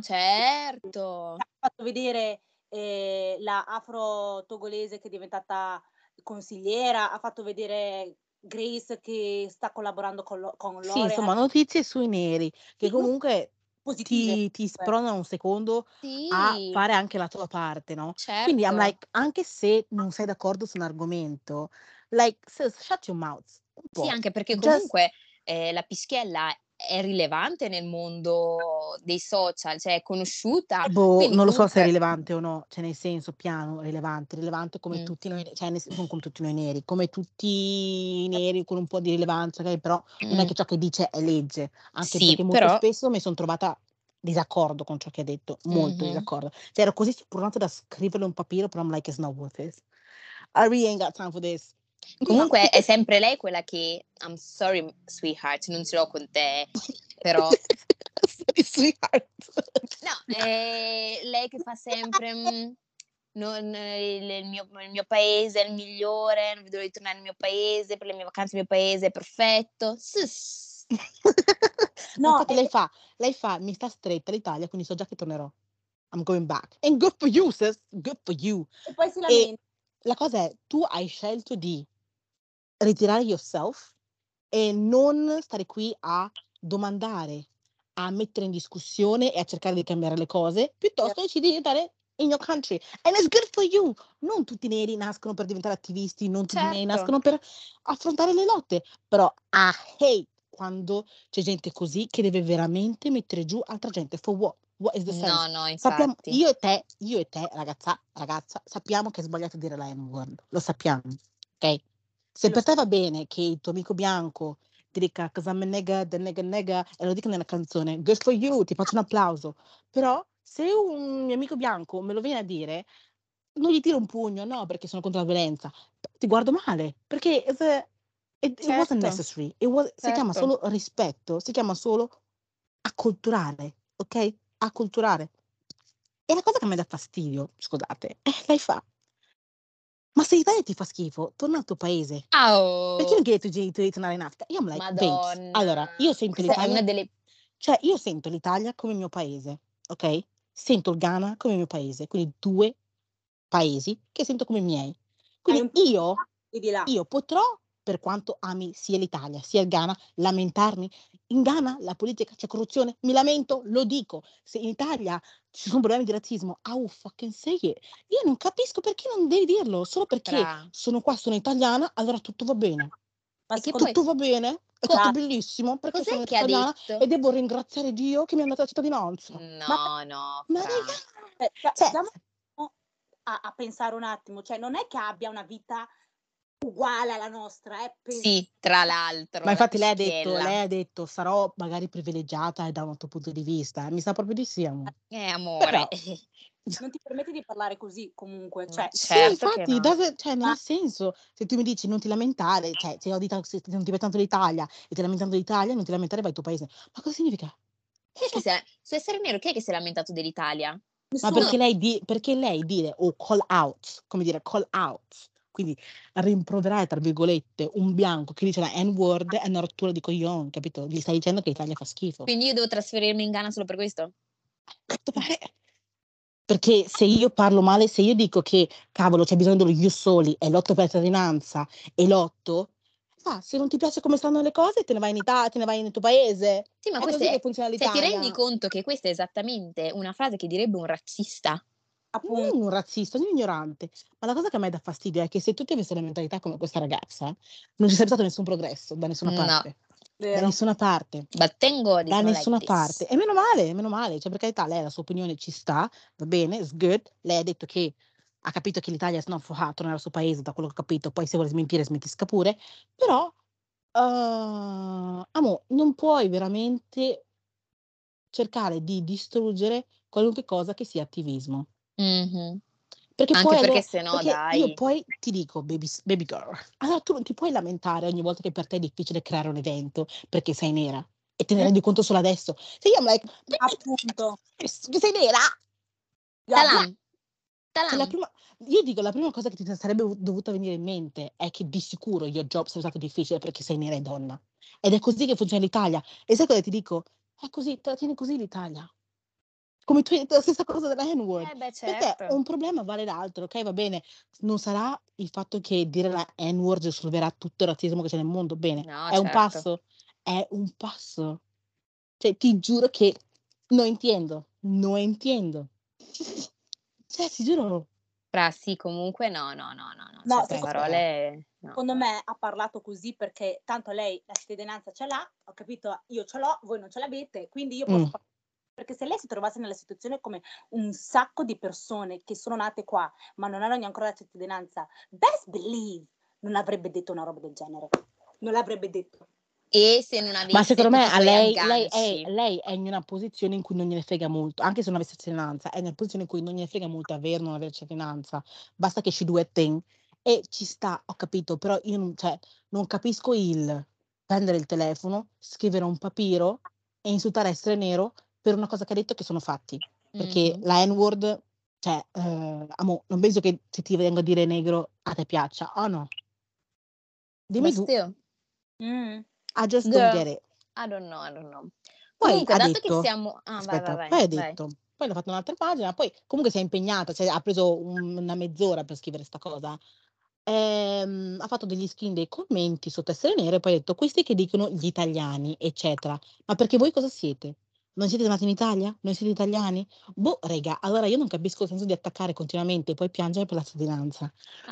Ma me certo. ha fatto vedere eh, la afro-togolese che è diventata consigliera, ha fatto vedere Grace che sta collaborando con, lo- con Sì, L'Oreal. insomma, notizie sui neri che Sì, comunque positive. ti, ti spronano un secondo a Sì, fare anche la tua parte, no? Quindi I'm certo. like, anche se non sei d'accordo su un argomento, like, sis, shut your mouth. Un Sì, po'. anche perché Just, comunque eh, la Pischiella è rilevante nel mondo dei social, cioè è conosciuta, boh, quindi non lo so se è comunque rilevante o no, cioè nel senso piano, rilevante, rilevante come Mm. tutti noi, cioè nel- non come tutti noi neri, come tutti i neri con un po' di rilevanza, ok? Però non è Mm. che ciò che dice è legge, anche Sì, perché molto però spesso mi sono trovata disaccordo con ciò che ha detto, molto Mhm. disaccordo. Cioè ero così spronata da scriverlo in un papiro, però I'm like, it's not worth it. I really ain't got time for this. Comunque è sempre lei quella che I'm sorry sweetheart, non ce l'ho con te, però Sorry, sweetheart. no, è lei che fa sempre mm, non, eh, il, il mio, il mio paese è il migliore, non vedo di tornare nel mio paese, per le mie vacanze il mio paese è perfetto. Sus. No, No, infatti è- lei fa, lei fa, mi sta stretta l'Italia, quindi so già che tornerò. I'm going back. And good for you, sis. Good for you. E poi si E lamenta. la cosa è, tu hai scelto di ritirare yourself e non stare qui a domandare, a mettere in discussione e a cercare di cambiare le cose, piuttosto decidi di stare in your country. And it's good for you. Non tutti i neri nascono per diventare attivisti, non tutti i neri Certo. nascono per affrontare le lotte. Però I hate quando c'è gente così che deve veramente mettere giù altra gente. For what? What is the sense? No, no, Sappiamo, infatti. io e te, io e te, ragazza, ragazza, sappiamo che è sbagliato dire la N-word. Lo sappiamo, ok? Se Lo per te so. va bene che il tuo amico bianco ti dica cause I'm a nigga, the nigga nigga, e lo dica nella canzone, good for you, ti faccio un applauso. Però se un mio amico bianco me lo viene a dire, non gli tiro un pugno, no, perché sono contro la violenza. Ti guardo male, perché it's a- it, it wasn't Certo, necessary. It was- si chiama certo. solo rispetto, si chiama solo acculturare, ok? Acculturare. E la cosa che mi dà fastidio, scusate, eh, lei fa, ma se l'Italia ti fa schifo, torna al tuo paese. Perché non Oh, chiedi ai tuoi genitori di tornare in Africa? Io I'm like, babes, allora, Madonna. io sento Questa è l'Italia, una delle cioè io sento l'Italia come il mio paese, ok? Sento il Ghana come il mio paese, quindi due paesi che sento come i miei. Hai Quindi un po' di io, là e di là. io potrò, per quanto ami sia l'Italia sia il Ghana, lamentarmi. In Ghana la politica c'è corruzione, mi lamento, lo dico. Se in Italia ci sono problemi di razzismo, I will fucking say it. Io non capisco perché non devi dirlo, solo perché Bra. sono qua, sono italiana, allora tutto va bene. Ma E che secondo poi Tutto va bene, è co- tutto bellissimo, perché cos'è sono che ha italiana detto? e devo ringraziare Dio che mi ha dato la cittadinanza. No, no, Ma Fra. raga, eh, sta- cioè, stiamo a, a pensare un attimo, cioè non è che abbia una vita uguale alla nostra, eh, penso. Sì, tra l'altro, ma la infatti lei ha detto, Pischiella. lei ha detto, sarò magari privilegiata e da un altro punto di vista. Mi sa proprio di sì, amore. Eh, amore. Però, Non ti permette di parlare così comunque, Ma cioè, sì, certo che infatti, no. does it- cioè, non Ma- ha senso. Se tu mi dici non ti lamentare, cioè, se, odi ta- se non ti piace tanto l'Italia e ti lamentando l'Italia, non ti lamentare, vai al tuo paese. Ma cosa significa? Chi è che si è... Su essere nero, chi è che si è lamentato dell'Italia? Ma nessuno. perché lei, di- perché lei dire, o call out, come dire, call out, quindi rimproverare, tra virgolette, un bianco che dice la N-word è una rottura di coglioni, capito? Gli stai dicendo che l'Italia fa schifo. Quindi io devo trasferirmi in Ghana solo per questo? Cazzo pare? Perché se io parlo male, se io dico che, cavolo, c'è bisogno dello ius soli e lotto per cittadinanza e lotto, ah, se non ti piace come stanno le cose, te ne vai in Italia, te ne vai nel tuo paese. Sì, ma È questo così è, che funziona cioè, ti rendi l'Italia. conto che questa è esattamente una frase che direbbe un razzista? Appunto. Non un razzista, un ignorante. Ma la cosa che a me dà fastidio è che se tutti avessero la mentalità come questa ragazza, non ci sarebbe stato nessun progresso da nessuna No. parte. Da Vero. nessuna parte. But thank God it's Da not nessuna like this. parte. E meno male, meno male. Cioè, per carità, lei la sua opinione ci sta, va bene, it's good. Lei ha detto che ha capito che l'Italia è not for her, tornare al suo paese, da quello che ho capito. Poi se vuole smentire, smentisca pure. Però, uh, amo, non puoi veramente cercare di distruggere qualunque cosa che sia attivismo. Mm-hmm. Perché Anche poi perché allora, se no, perché dai. io poi ti dico, baby, baby girl, allora tu non ti puoi lamentare ogni volta che per te è difficile creare un evento perché sei nera e te ne rendi conto solo adesso. Se io I'm like, Appunto. che sei nera? Talam. Cioè, Talam. la prima, io dico, la prima cosa che ti sarebbe dovuta venire in mente è che di sicuro il job sia stato difficile perché sei nera e donna. Ed è così che funziona l'Italia. E sai cosa ti dico? È così, te la tiene così l'Italia. Come tu hai detto la stessa cosa della N-word. Eh beh, Perché certo. un problema vale l'altro, ok? Va bene, non sarà il fatto che dire la N-word risolverà tutto il razzismo che c'è nel mondo. Bene, No, è un certo. passo, è un passo. Cioè, ti giuro che non intendo, non intendo. Cioè, ti giuro. Fra sì, comunque no, no, no, no, no. No, Certe secondo, parole, no. secondo me ha parlato così perché tanto lei la cittadinanza ce l'ha, ho capito, io ce l'ho, voi non ce l'avete, quindi io posso Mm. parlare. Perché se lei si trovasse nella situazione come un sacco di persone che sono nate qua ma non hanno ancora la cittadinanza, best believe non avrebbe detto una roba del genere. Non l'avrebbe detto. E se non avesse Ma secondo me tutti a quei lei, lei, agganci. è, lei è in una posizione in cui non gliene frega molto, anche se non avesse cittadinanza, è in una posizione in cui non gliene frega molto avere o non avere cittadinanza, basta che she do a thing e ci sta, ho capito, però io non, cioè, non capisco il prendere il telefono, scrivere un papiro e insultare essere nero per una cosa che ha detto che sono fatti, perché Mhm. la N-word, cioè, eh, amo, non penso che se ti vengo a dire negro a te piaccia, oh no, dimmi But tu, still, Mm. I just girl, don't get it. I don't know, I don't know. Poi Comunque, ha dato detto, che siamo... Ah, vai, aspetta, vai, poi ha vai, vai. detto, poi l'ha fatto un'altra pagina, poi comunque si è impegnata, cioè, ha preso un- una mezz'ora per scrivere sta cosa. Ehm, ha fatto degli screen dei commenti sotto essere nere e poi ha detto questi che dicono gli italiani, eccetera. Ma perché voi cosa siete? Non siete nati in Italia? Non siete italiani? Boh, raga, allora io non capisco il senso di attaccare continuamente e poi piangere per la cittadinanza.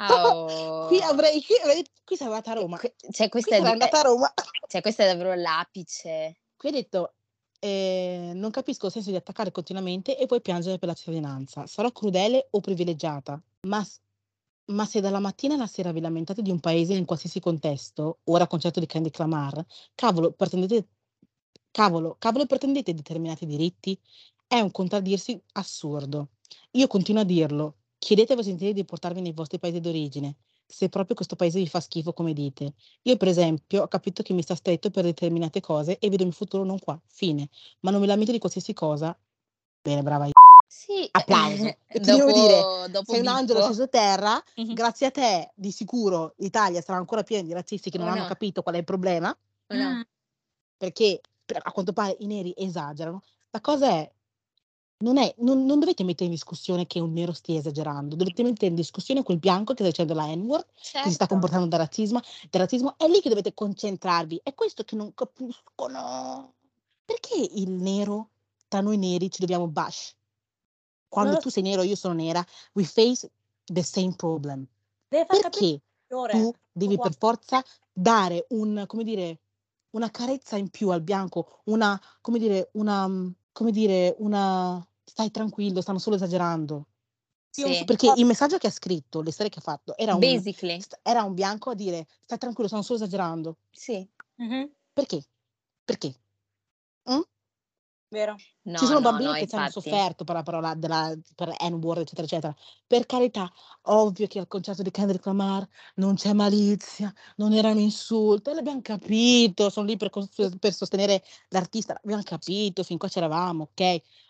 Qui Oh. avrei, qui avrei, qui sarei andata a Roma. Que- Cioè, Qui questa è, sarei du- andata a eh, Roma. cioè, questo è davvero l'apice. Qui ha detto, eh, non capisco il senso di attaccare continuamente e poi piangere per la cittadinanza. Sarò crudele o privilegiata, ma, s- ma se dalla mattina alla sera vi lamentate di un paese in qualsiasi contesto, ora concetto di Candy Clamar, cavolo, pretendete, cavolo, cavolo, pretendete determinati diritti? È un contraddirsi assurdo. Io continuo a dirlo, chiedete ai vostri genitori di portarvi nei vostri paesi d'origine, se proprio questo paese vi fa schifo come dite. Io, per esempio, ho capito che mi sta stretto per determinate cose e vedo il mio futuro non qua. Fine. Ma non mi lamento di qualsiasi cosa. Bene, brava. Sì, Applauso. E ti devo dire, dopo, dopo sei un angelo Bippo. sceso a terra. Mhm. Grazie a te, di sicuro, l'Italia sarà ancora piena di razzisti che non Oh hanno no, capito qual è il problema, oh no. Mm. perché per- a quanto pare i neri esagerano. La cosa è, non, è non, non dovete mettere in discussione che un nero stia esagerando, dovete mettere in discussione quel bianco che sta dicendo la N-word, che si sta Certo. comportando da razzismo, da razzismo, è lì che dovete concentrarvi. È questo che non capiscono. Perché il nero, tra noi neri, ci dobbiamo bash? Quando Non lo tu so, sei nero e io sono nera, we face the same problem. deve far capire Perché il tu devi qua. per forza dare un, come dire, una carezza in più al bianco, una, come dire, una, mm, come dire, una, stai tranquillo, stanno solo esagerando. Sì, Perché il messaggio che ha scritto, le storie che ha fatto, era un, basically, st- era un bianco a dire, stai tranquillo, stanno solo esagerando. sì. Mhm. Perché? Perché? Mm? Vero. No, Ci sono no, bambini no, che ci hanno infatti. sofferto per la parola della per N-word, eccetera, eccetera. Per carità, ovvio che al concerto di Kendrick Lamar non c'è malizia, non erano insulti, l'abbiamo capito, sono lì per, cos- per sostenere l'artista, l'abbiamo capito, fin qua c'eravamo, ok?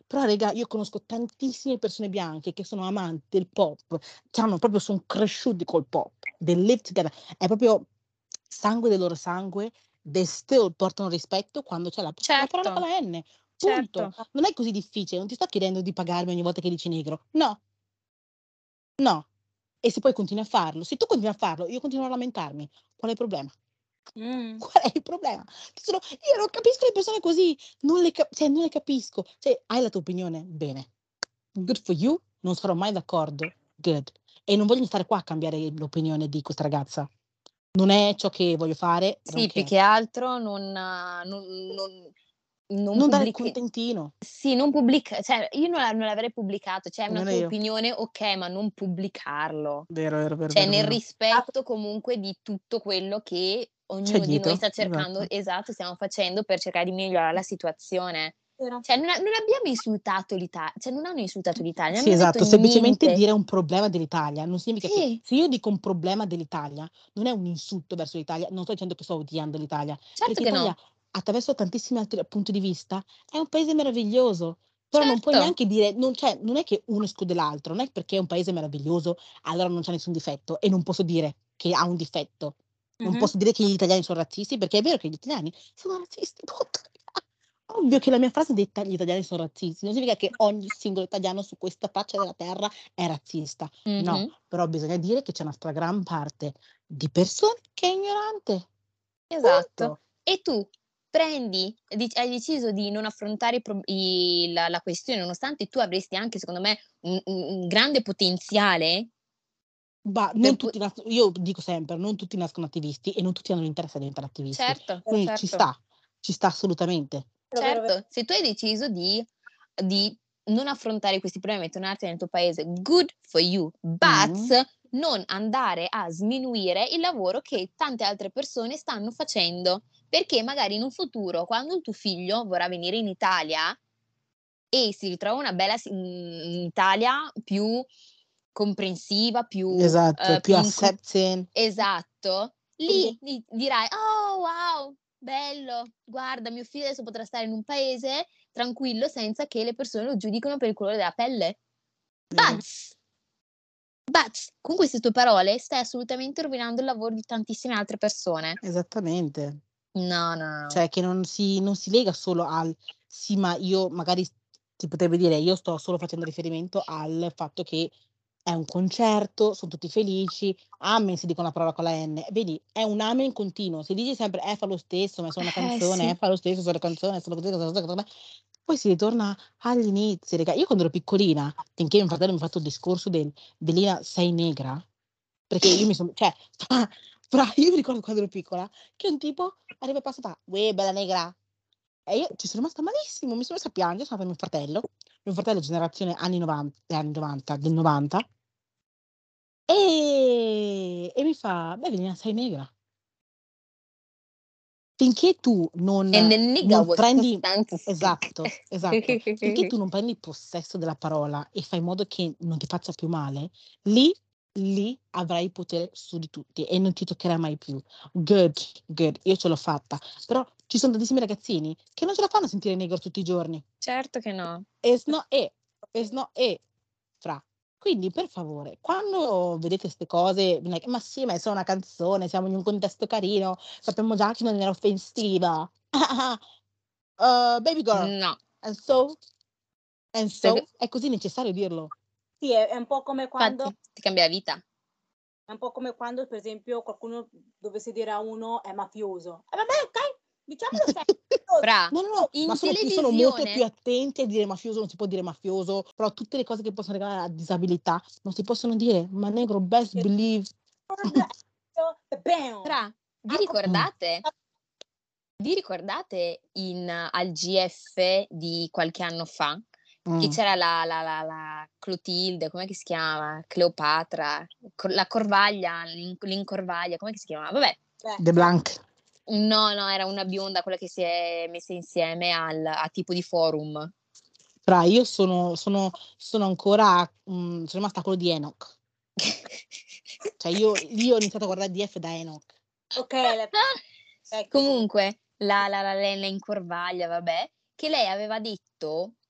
Però raga, io conosco tantissime persone bianche che sono amanti del pop, che hanno proprio son cresciuti col pop, they live together, è proprio sangue del loro sangue, they still portano rispetto quando c'è la la parola con Certo, la N, punto. certo. Non è così difficile, non ti sto chiedendo di pagarmi ogni volta che dici negro. No, no. E se poi continui a farlo, se tu continui a farlo, io continuo a lamentarmi, qual è il problema? Mm. Qual è il problema? Che sono io non capisco le persone così, non le ca cioè non le capisco. Cioè, hai la tua opinione? Bene. Good for you, non sarò mai d'accordo, good. E non voglio stare qua a cambiare l'opinione di questa ragazza. Non è ciò che voglio fare, Sì, don't più care. che altro non non non non Non dare il pubblichi contentino, sì, non pubblic cioè io non la non l'avrei pubblicato, cioè è una nemmeno tua io. opinione, okay, ma non pubblicarlo. Vero, vero, vero, Cioè vero, nel vero. rispetto comunque di tutto quello che C'è ognuno di noi dietro, sta cercando esatto. esatto, stiamo facendo per cercare di migliorare la situazione. Vero. Cioè non a non abbiamo insultato l'Ita cioè non hanno insultato l'Italia, non Sì, hanno detto esatto, semplicemente niente. dire un problema dell'Italia non significa che Sì, se io dico un problema dell'Italia, non è un insulto verso l'Italia, non sto dicendo che sto odiando l'Italia, certo perché che l'Italia, no, attraverso tantissimi altri punti di vista, è un paese meraviglioso, però non puoi certo. neanche dire non cioè, non è che uno esclude l'altro, non è perché è un paese meraviglioso, allora non c'ha nessun difetto e non posso dire che ha un difetto. Non Mh-mh. posso dire che gli italiani sono razzisti, perché è vero che gli italiani sono razzisti, punto. Ovvio che la mia frase detta: "Gli italiani sono razzisti", non significa che ogni singolo italiano su questa faccia della terra è razzista. No, Mh-mh. però bisogna dire che c'è una stragran parte di persone che è ignorante. Esatto. Punto. E tu prendi e dic hai deciso di non affrontare i prob i la la questione, nonostante tu avresti anche secondo me un un un grande potenziale Bah, per non po tutti nas io dico sempre, non tutti nascono attivisti e non tutti hanno l'interesse a diventare attivisti. certo, Quindi ci certo. sta, ci sta assolutamente. Vero, vero, vero. Certo, se tu hai deciso di di non affrontare questi problemi e tornartene nel tuo paese, good for you, Mh. but non andare a sminuire il lavoro che tante altre persone stanno facendo, perché magari in un futuro, quando il tuo figlio vorrà venire in Italia e si ritrova una bella si mhmm, Italia più comprensiva, più Esatto, ehm, più più inclu accepting. esatto, Quindi lì di dirai: "Oh wow, bello, guarda mio figlio adesso potrà stare in un paese tranquillo senza che le persone lo giudicano per il colore della pelle". Vero. But but con queste tue parole stai assolutamente rovinando il lavoro di tantissime altre persone. Esattamente. No, no, no. Cioè che non si non si lega solo al: "Sì, ma io" magari s si potrebbe dire: "Io sto solo facendo riferimento al fatto che è un concerto, son tutti felici, amen", si dicono la parola con la N. Vedi, è un amen continuo. Se dici sempre: "Eh, fa lo stesso, ma è solo una Eh canzone, eh, sì. fa lo stesso, è solo canzone, è solo così, poi si ritorna agli inizi, raga. Io quando ero piccolina, finché mio fratello mi ha fatto il discorso del: "Belina, sei negra?" Perché io mi son cioè fra fra io mi ricordo quando ero piccola che un tipo arriva e passa fa: "Uè, bella negra". E io ci sono rimasta malissimo, mi sono messa a piangere, sono andata da mio fratello, mio fratello generazione anni novan anni novanta, del novanta, ehm, e mi fa: "Beh, Belina, sei negra". Finché tu non And the nigga non was prendi constant to speak. esatto, esatto. Finché tu non prendi possesso della parola e fai in modo che non ti faccia più male, lì lì avrai il potere su di tutti e non ti toccherà mai più. Good, good, io ce l'ho fatta. Però ci son tantissimi ragazzini che non ce la fanno a sentire negro tutti i giorni. Certo che no. It's not it, it's not it, fra. Quindi per favore, quando vedete 'ste cose, non è che: "Ma sì, ma è solo una canzone, siamo in un contesto carino, sappiamo già che non era offensiva". Uhm, baby girl, No, and so? And perché so? È così necessario dirlo. sì, è è un po' come quando infatti ti cambia la vita. è un po' come quando, per esempio, qualcuno dovesse dire a uno: "È mafioso". E vabbè, okay, diciamolo che è mafioso. Fra, No, no, no, Oh, ma in sono più sono molto più televisione attenti a dire mafioso, non si può dire mafioso, però tutte le cose che possono legare alla disabilità non si possono dire. Ma negro, best believe e bam! fra, vi Ah, com mh, ricordate vi ricordate in al G F di qualche anno fa, che mh, c'era la la la la Clotilde, com'è che si chiama? Cleopatra, co la Corvaglia, l'in l'Incorvaglia, com'è che si chiamava? Vabbè, beh, de sì. Blanc. no, no, era una bionda quella che si è messa insieme al a tipo di forum. Fra io sono sono sono ancora mhmm, sono rimasta a quello di Enoch. Cioè io lì ho iniziato a guardare D F da Enoch. Okay, le vecchie. Comunque la la la Lella Incorvaglia, vabbè, che lei aveva detto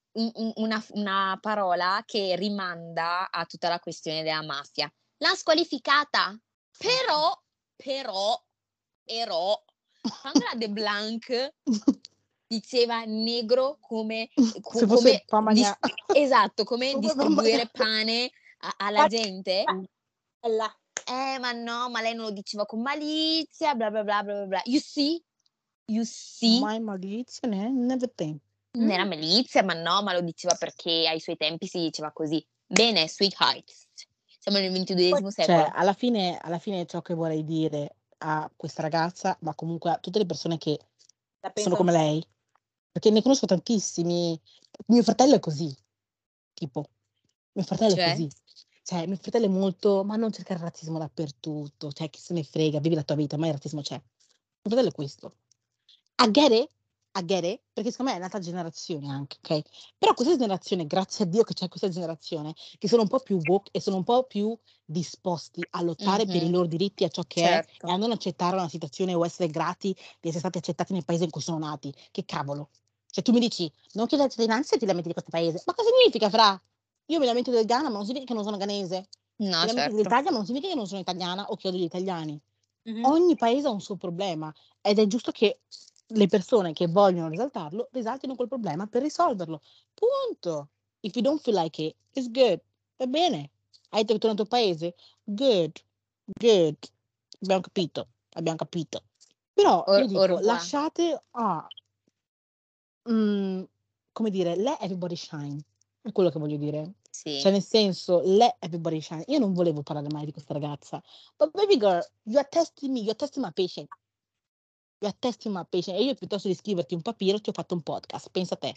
un- un- una, una parola che rimanda a tutta la questione della mafia. L'ha squalificata, però, però, però, quando la De Blanc diceva negro come, co- Se fosse come pa' magnà. dis- esatto, come Come pa' distribuire magnà. pane a- alla gente. È là. Eh, ma no, ma lei non lo diceva con malizia, bla bla bla bla bla bla. You see? You see? Mai malizia, né? Never think. Non era Mm. malizia, ma no, ma lo diceva perché ai suoi tempi si diceva così. Bene, sweethearts. Siamo nel ventiduesimo Cioè, secolo. alla fine, alla fine ciò che vorrei dire a questa ragazza, ma comunque a tutte le persone che La sono penso come anch'io. lei, perché ne conosco tantissimi. Mio fratello è così, tipo, mio fratello è Cioè? così. Cioè, mio fratello è molto, ma non cercare razzismo dappertutto, cioè, chi se ne frega, vivi la tua vita, ma il razzismo c'è. Mio fratello è questo. I get it, I get it, perché secondo me è un'altra generazione anche, ok? Però questa generazione, grazie a Dio che c'è questa generazione, che sono un po' più woke e sono un po' più disposti a lottare per i Mhm. loro diritti, a ciò che è, e Certo. a non accettare una situazione o essere grati di essere stati accettati nel paese in cui sono nati. Che cavolo? Cioè tu mi dici, non chiedi la cittadinanza e ti lamenti di questo paese. Ma cosa significa, fra? Io mi lamento del Ghana, ma non significa che non sono ghanese. No, Mi lamento certo. dell'Italia, ma non significa che non sono italiana o che odio gli italiani. Mhm. Ogni paese ha un suo problema ed è giusto che le persone che vogliono risaltarlo risaltino quel problema per risolverlo. Punto. If you don't feel like it, it's good. Va bene. Hai detto che torni al tuo paese? Good. Good. Abbiamo capito. Abbiamo capito. Però Au io dico, revoir. lasciate ah, mm, come dire, let everybody shine. È quello che voglio dire. Sì. Cioè, nel senso, let everybody shine. Io non volevo parlare mai di questa ragazza. But baby girl, you are testing me, you are testing my patience. You are testing my patience. E io piuttosto di scriverti un papiro ti ho fatto un podcast. Pensa a te.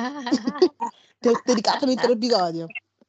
Ti ho dedicato un intero episodio.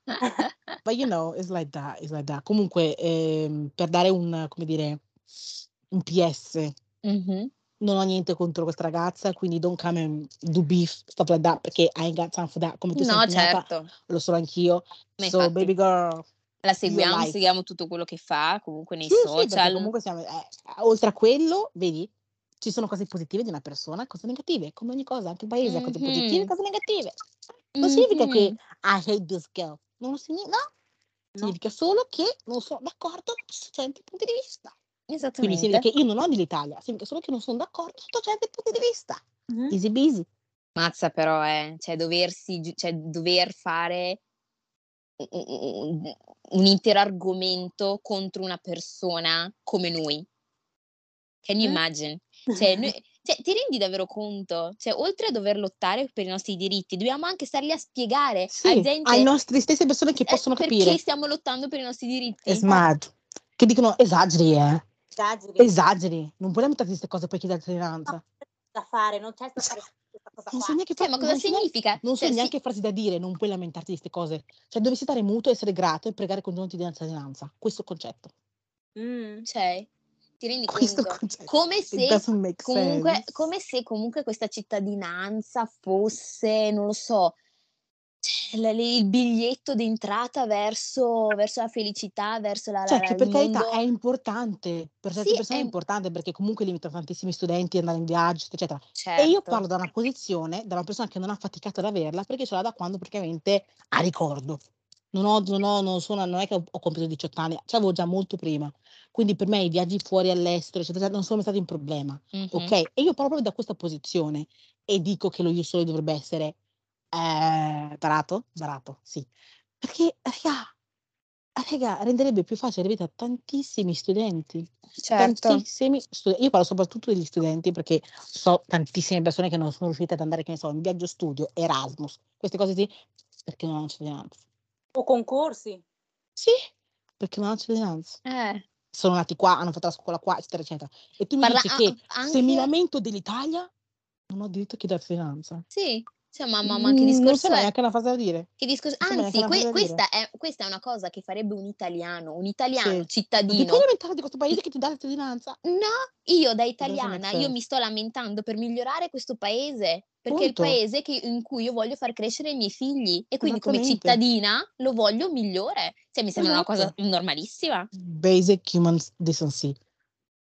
But you know, it's like that, it's like that. Comunque, ehm, per dare un, come dire, un P S, Mhm. non ho niente contro questa ragazza, quindi don't come and do beef, stuff like that, perché I ain't got time for that. Come tu sei No, impegnata, certo. lo sono anch'io. Ma So, infatti baby girl, la do your seguiamo, life. seguiamo tutto quello che fa, comunque nei Sì, sì, perché social. comunque siamo, eh, oltre a quello, vedi, ci sono cose positive di una persona e cose negative, come ogni cosa, anche il paese ha cose positive e Mhm. cose negative. Non significa che Mhm. I hate this girl, non significa, no, No. significa solo che non sono d'accordo su certi punti di vista. Quindi Esattamente. significa che io non odio l'Italia, significa solo che non sono d'accordo su certi punti di vista. Mhm. Easy busy. Mazza però, eh. Cioè, doversi, gi- cioè, dover fare un, un- un intero argomento contro una persona come noi. Can you Mm. imagine? Cioè, noi- cioè, ti rendi davvero conto? Cioè, oltre a dover lottare per i nostri diritti, dobbiamo anche starli a spiegare a Sì, ai gente nostri stesse persone che eh, possono perché capire. stiamo lottando per i nostri diritti. È smart. Che dicono esageri, eh. Esageri. Esageri. Non puoi lamentarti di queste cose poi chiedere cittadinanza. Da fare, non c'è da fare questa cosa Non so qua. neanche, Cioè, fa- ma cosa non so neanche, significa? non so Cioè, sì, neanche frasi da dire, non puoi lamentarti di queste cose. Cioè, dovresti stare muto, essere grato e pregare congiunti di cittadinanza. Questo concetto. Mm. cioè, ti rendi Questo conto? concetto. Come It se doesn't make comunque, sense. come se comunque questa cittadinanza fosse, non lo so, cioè, la- il biglietto d'entrata verso, verso la felicità, verso la- la- Cioè, la- che il per carità è mondo. importante, per certe Sì, persone è è importante perché comunque limita tantissimi studenti ad andare in viaggio, eccetera. E io certo. parlo da una posizione, da una persona che non ha faticato ad averla perché ce l'ha da quando praticamente a ricordo. Non ho, non ho, non sono, non è che ho, ho compiuto diciotto anni, ce l'avevo già molto prima. Quindi per me i viaggi fuori all'estero, eccetera, non sono mai stati un problema. Mhm. Ok? E io parlo proprio da questa posizione e dico che lo io solo dovrebbe essere eh, barato, barato, sì. Perché, raga, raga, renderebbe più facile la vita a tantissimi studenti. Certo. Tantissimi studenti. Io parlo soprattutto degli studenti perché so tantissime persone che non sono riuscite ad andare, che ne so, in viaggio studio, Erasmus, queste cose sì, perché non hanno cittadinanza. O concorsi. Sì, perché non hanno cittadinanza. Eh, Sono nati qua, hanno fatto la scuola qua, eccetera, eccetera. E tu mi parla dici a- che se mi anche... lamento dell'Italia non ho diritto a chiedere cittadinanza. Sì, cioè, ma, ma, ma che Mm, non discorso sembra è? neanche una cosa da dire. Che discorso... Non sembra neanche Anzi, una cosa que- da dire. questa, è, questa è una cosa che farebbe un italiano, un Sì. italiano Non ti puoi cittadino. lamentare di questo paese che ti dà la cittadinanza? No, io da It doesn't make italiana, io sense. mi sto lamentando per migliorare questo paese, perché è il Punto. paese che- in cui io voglio far crescere i miei figli e quindi come Esattamente. cittadina lo voglio migliore. Cioè, mi sembra una cosa Esatto. normalissima. Basic human decency.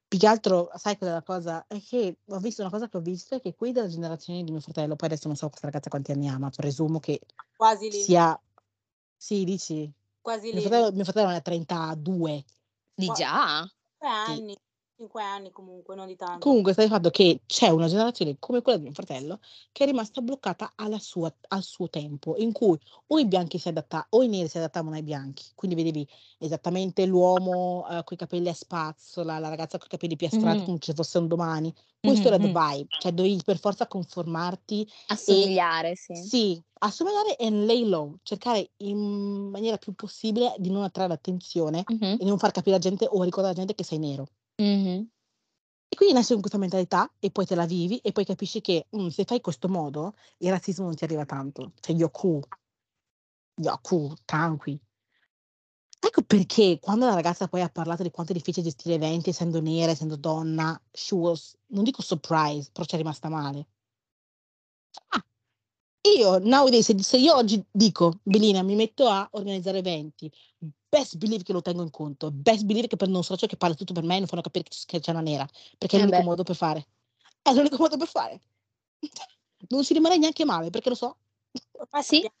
più che altro, sai qual è la cosa? È che ho visto una cosa che ho visto è che quelli della generazione di mio fratello, poi adesso non so questa ragazza quanti anni ha, ma presumo che Quasi lì, sia, sì, dici, quasi mio lì. fratello, mio fratello ne ha trentadue. Di Qua- già? Tre Sì. anni, cinque anni comunque, non di tanto. Comunque sta di fatto che c'è una generazione come quella di mio fratello che è rimasta bloccata alla sua, al suo tempo, in cui o i bianchi si adattavano, o i neri si adattavano ai bianchi, quindi vedevi esattamente l'uomo eh, con i capelli a spazzola, la ragazza con i capelli più astratti Mhm. come se fosse un domani. Questo era the Mhm. vibe, cioè dovevi per forza conformarti e Assomigliare, sì. sì, assomigliare e lay low, cercare in maniera più possibile di non attrarre attenzione Mhm. e non far capire alla gente o ricordare alla gente che sei nero. Mhm. E quindi nasci con questa mentalità e poi te la vivi e poi capisci che mm, se fai questo modo il razzismo non ti arriva tanto. Cioè, you're cool, you're cool, tranqui. Ecco perché quando la ragazza poi ha parlato di quanto è difficile gestire eventi essendo nera, essendo donna, she was, non dico surprised, però ci è rimasta male. Ah, io, nowadays, se, se io oggi dico, Belina, mi metto a organizzare eventi, best believe che lo tengo in conto, best believe che prendo un socio che parla tutto per me e non fanno capire che c'è una nera, perché è Eh l'unico beh. modo per fare. È l'unico modo per fare. Non ci rimarrei neanche male, perché lo so. Ormai Sì. sappiamo.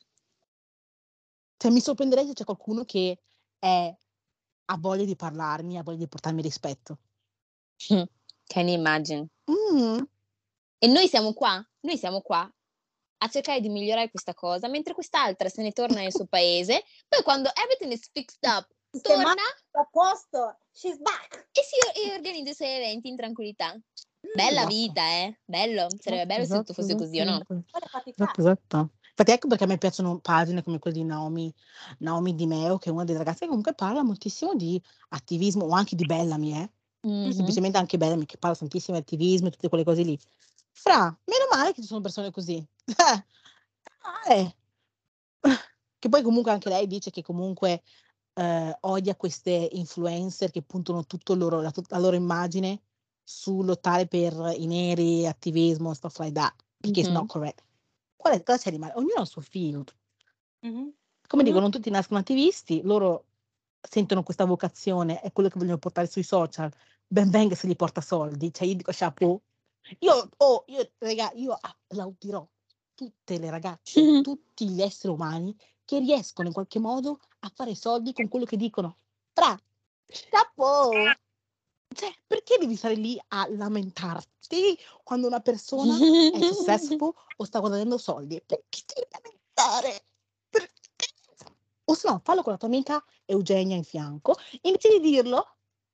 Cioè, mi sorprenderei se c'è qualcuno che è, ha voglia di parlarmi, ha voglia di portarmi rispetto. Can you imagine? Mm. E noi siamo qua, noi siamo qua a cercare di migliorare questa cosa, mentre quest'altra se ne torna nel suo paese, poi quando everything is fixed up, torna a posto, she's back. e si e organizza i suoi eventi in tranquillità. Bella Esatto. vita, eh? Bello, sarebbe bello se tutto fosse così, o no? Esatto, esatto. Infatti ecco perché a me piacciono pagine come quelle di Naomi, Naomi Di Meo, che è una delle ragazze che comunque parla moltissimo di attivismo, o anche di Bellamy, eh? Mhm. Semplicemente anche Bellamy, che parla tantissimo di attivismo e tutte quelle cose lì. Fra, meno male che ci sono persone così. Eh. Che poi comunque anche lei dice che comunque eh, odia queste influencer che puntano tutto il loro, la, tut- la loro immagine su lottare per i neri, attivismo, stuff like that, perché it's Mhm. not correct. Qual è, cosa c'è di male? Ognuno ha il suo field. Mhm. Come Mhm. dico, non tutti nascono attivisti, loro sentono questa vocazione, è quello che vogliono portare sui social, ben venga se gli porta soldi, cioè io dico chapeau. Io, oh, io, raga, io applaudirò tutte le ragazze, tutti gli esseri umani che riescono in qualche modo a fare soldi con quello che dicono. Tra, chapeau! Cioè, perché devi stare lì a lamentarti quando una persona è successful o sta guadagnando soldi? Perché ti devi lamentare? Perché? O se no, fallo con la tua amica Eugenia in fianco, invece di dirlo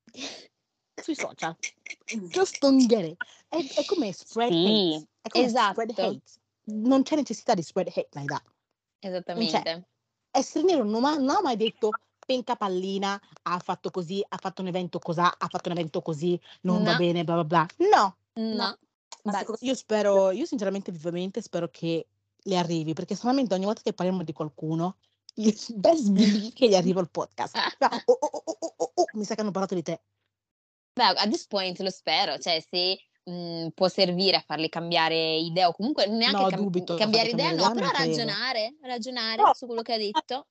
sui social. Just don't get it. È, è come spread Sì, hate. È come spread esatto. hate. Non c'è necessità di spread hate like that. Non c'è. Esattamente. Essere nero non, ha- non ha mai detto penca pallina, ha fatto così, ha fatto un evento cos'ha, ha fatto un evento così, non va No. bene, bla bla bla. No. No. No. Ma Beh, secondo Io spero, io sinceramente vivamente spero che le arrivi, perché solamente ogni volta che parliamo di qualcuno, il best believe che gli arriva il podcast. Fa, Oh, oh, oh, oh, oh, oh, oh, mi sa che hanno parlato di te. beh, a this point lo spero, cioè se mh, può servire a farli cambiare idea o comunque neanche No, cam- dubito cambiare farli idea, cambiare no, idea, però non credo. ragionare, ragionare No. su quello che ha detto.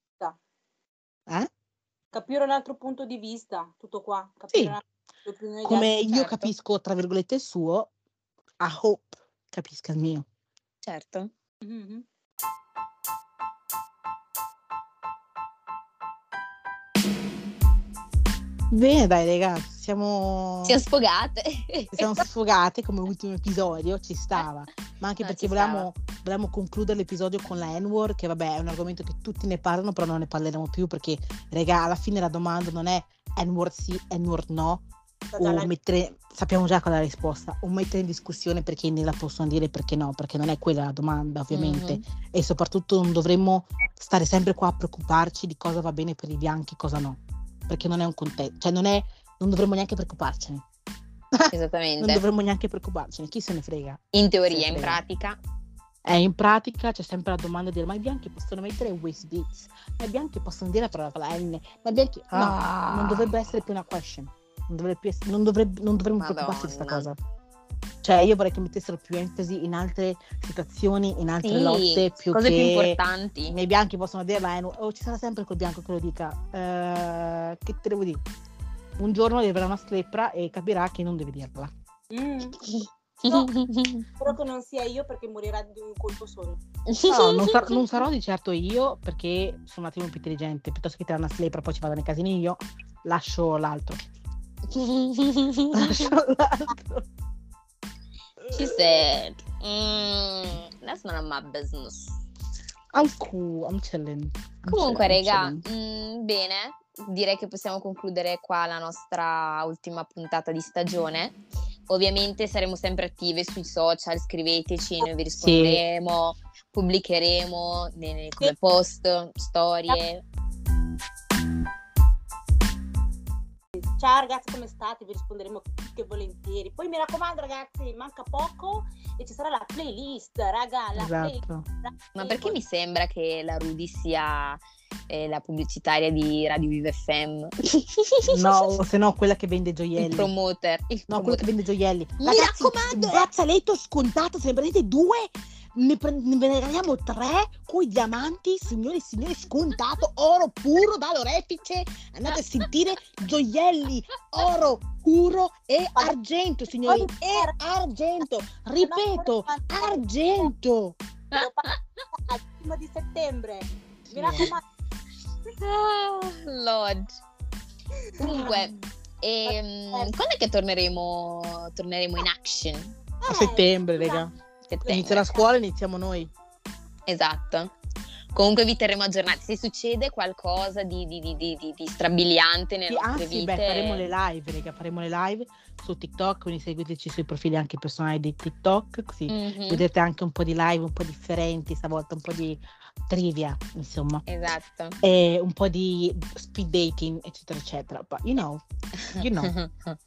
Eh? capire un altro punto di vista, tutto qua. Capire Sì. un altro opinione di Come altri- io certo. capisco, tra virgolette, il suo, I hope capisca il mio. Certo. Mhm. Bene, dai, ragazzi, siamo, Siamo sfogate. ci siamo sfogate come ultimo episodio, ci stava. Ma anche No, perché ci volevamo, volevamo concludere l'episodio con la N-word, che vabbè è un argomento che tutti ne parlano, però non ne parleremo più perché, raga, alla fine la domanda non è N-word sì, N-word no, Sta già o la- mettere, sappiamo già qual è la risposta, o mettere in discussione perché ne la possono dire e perché no, perché non è quella la domanda, ovviamente. Mhm. E soprattutto non dovremmo stare sempre qua a preoccuparci di cosa va bene per i bianchi e cosa no, perché non è un contesto, cioè non è, non dovremmo neanche preoccuparcene. Non Esattamente. dovremmo neanche preoccuparcene, chi se ne frega. In Se teoria, ne in frega. pratica. Eh, in pratica c'è sempre la domanda di dire ma i bianchi possono mettere waist beats, ma i bianchi possono dire la parola con la N, ma i bianchi no, Ah. non dovrebbe essere più una question, non, dovrebbe più essere, non, dovrebbe, non dovremmo preoccuparci di questa Madonna. cosa. Cioè io vorrei che mettessero più enfasi in altre situazioni, in altre Sì, lotte, più cose che più importanti. i bianchi possono dire la N, o ci sarà sempre quel bianco che lo dica. Eh, che te devo dire? un giorno arriverà una slepra e capirà che non deve dirla. Mm. No, spero che non sia io perché morirà di un colpo solo. No, non, sar- non sarò di certo io perché sono un attimo più intelligente. Piuttosto che tirare una slepra poi ci vado nei casini io, lascio l'altro. Lascio l'altro. She said, mm, that's none of my business. I'm cool, I'm chilling. I'm Comunque, chilling, raga, I'm chilling. mm, bene, direi che possiamo concludere qua la nostra ultima puntata di stagione. Ovviamente saremo sempre attive sui social, scriveteci, noi vi risponderemo, sì. Pubblicheremo nei, come post, storie. Ciao ragazzi, come state? Vi risponderemo tutti e volentieri. Poi mi raccomando ragazzi, manca poco e ci sarà la playlist, raga. La Esatto. playlist. Ma perché mi sembra che la Rudy sia eh, la pubblicitaria di Radio Viva F M? No, se no quella che vende gioielli. Il promoter. Il No, promoter. quella che vende gioielli. Mi Ragazzi, raccomando, un eh. braccialetto scontato, se ne prendete due, ne, pre- ne ve ne regaliamo tre coi diamanti, signore e signori, scontato, oro puro dall'orefice. Andate a sentire gioielli, oro puro e argento, signori, e argento. Ripeto, argento. Al primo di settembre. Mi raccomando. Ah, Lord. Comunque, ehm, quando è che torneremo, torneremo in action? A Eh, settembre, raga. Settembre. Inizia la scuola, iniziamo noi. Esatto. Comunque vi terremo aggiornati. Se succede qualcosa di, di, di, di, di strabiliante nelle Sì, ah nostre sì, vite, beh, faremo le live, raga, faremo le live su TikTok, quindi seguiteci sui profili anche personali di TikTok, così Mhm. vedrete anche un po' di live, un po' differenti, stavolta un po' di trivia, insomma, Esatto. e un po' di speed dating, eccetera, eccetera. But you know, you know.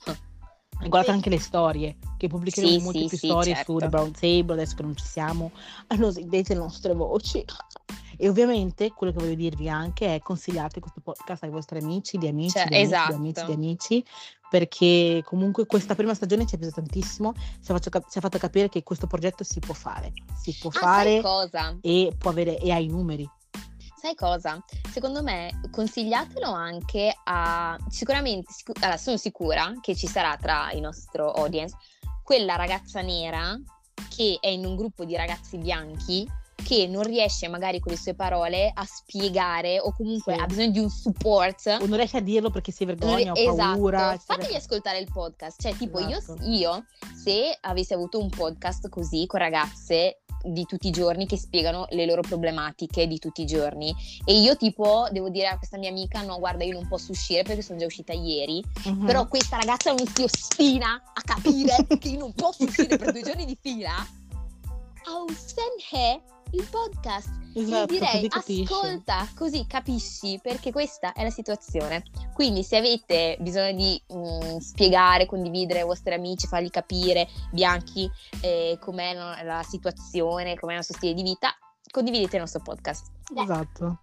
E guardate anche le storie, che pubblicheremo Sì, molte sì, più sì, storie certo. su The Brown Table, adesso che non ci siamo, allora sentite le nostre voci. E ovviamente quello che voglio dirvi anche è consigliate questo podcast ai vostri amici, di amici, Cioè, di amici, esatto. di amici, di amici, perché comunque questa prima stagione ci è piaciuta tantissimo, ci ha, fatto cap- ci ha fatto capire che questo progetto si può fare, si può Ah, sai fare cosa? e può avere, e ha i numeri. Sai cosa? Secondo me consigliatelo anche a sicuramente sicu- allora, sono sicura che ci sarà tra il nostro audience quella ragazza nera che è in un gruppo di ragazzi bianchi che non riesce magari con le sue parole a spiegare o comunque Sì. ha bisogno di un support. O non riesce a dirlo perché si vergogna, o Esatto, paura. eccetera. fategli ascoltare il podcast, cioè tipo Esatto. io, io se avessi avuto un podcast così con ragazze di tutti i giorni che spiegano le loro problematiche di tutti i giorni e io tipo devo dire a questa mia amica no guarda io non posso uscire perché sono già uscita ieri, Mhm. però questa ragazza non si ostina a capire che io non posso uscire per due giorni di fila, I'll send her il podcast Esatto, e direi così capisci. ascolta così capisci perché questa è la situazione. Quindi se avete bisogno di mh, spiegare, condividere ai vostri amici, fargli capire bianchi eh, com'è la, la situazione, com'è il nostro stile di vita, condividete il nostro podcast. Esatto.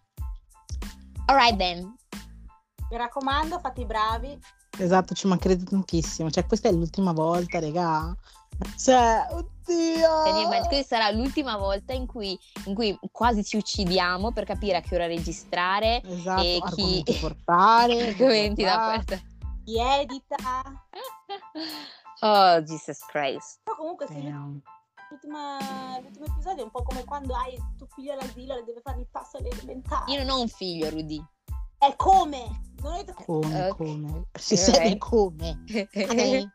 Alright then. Mi raccomando, fate i bravi. Esatto, ci mancherete tantissimo. Cioè, questa è l'ultima volta, raga. Cioè, oddio. Quindi, ma questa sarà l'ultima volta in cui, in cui quasi ci uccidiamo per capire a che ora registrare Esatto, e chi argomenti portare. argomenti da guardare. portare. Chi edita. Oh Jesus Christ. Però comunque se Damn. l'ultima, l'ultimo episodio è un po' come quando hai tuo figlio all'asilo e deve fare il passo alle elementari. Io non ho un figlio, Rudy. È come? Non è Come, Ok. come? Si Alright. sa come. Ok?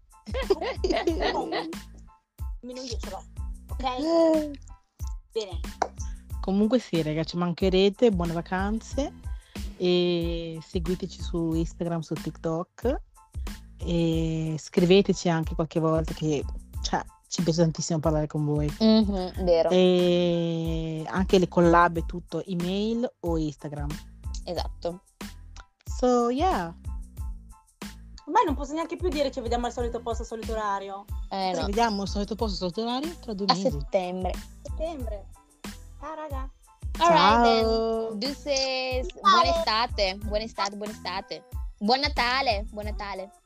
Almeno io ce l'ho, ok? Bene. Comunque sì, raga, ci mancherete. Buone vacanze. E seguiteci su Instagram, su TikTok. E scriveteci anche qualche volta che cioè, ci piace tantissimo parlare con voi. Mhm, vero. E anche le collab e tutto, email o Instagram. Esatto. So yeah. Ormai non posso neanche più dire ci vediamo al solito posto, al solito orario. Eh, Ci no. vediamo al solito posto, solito orario tra due A mesi. settembre. Settembre. Ciao raga. Alright Ciao. then. Deuces. Buona estate. Buona estate, buona estate. Buon Natale. Buon Natale.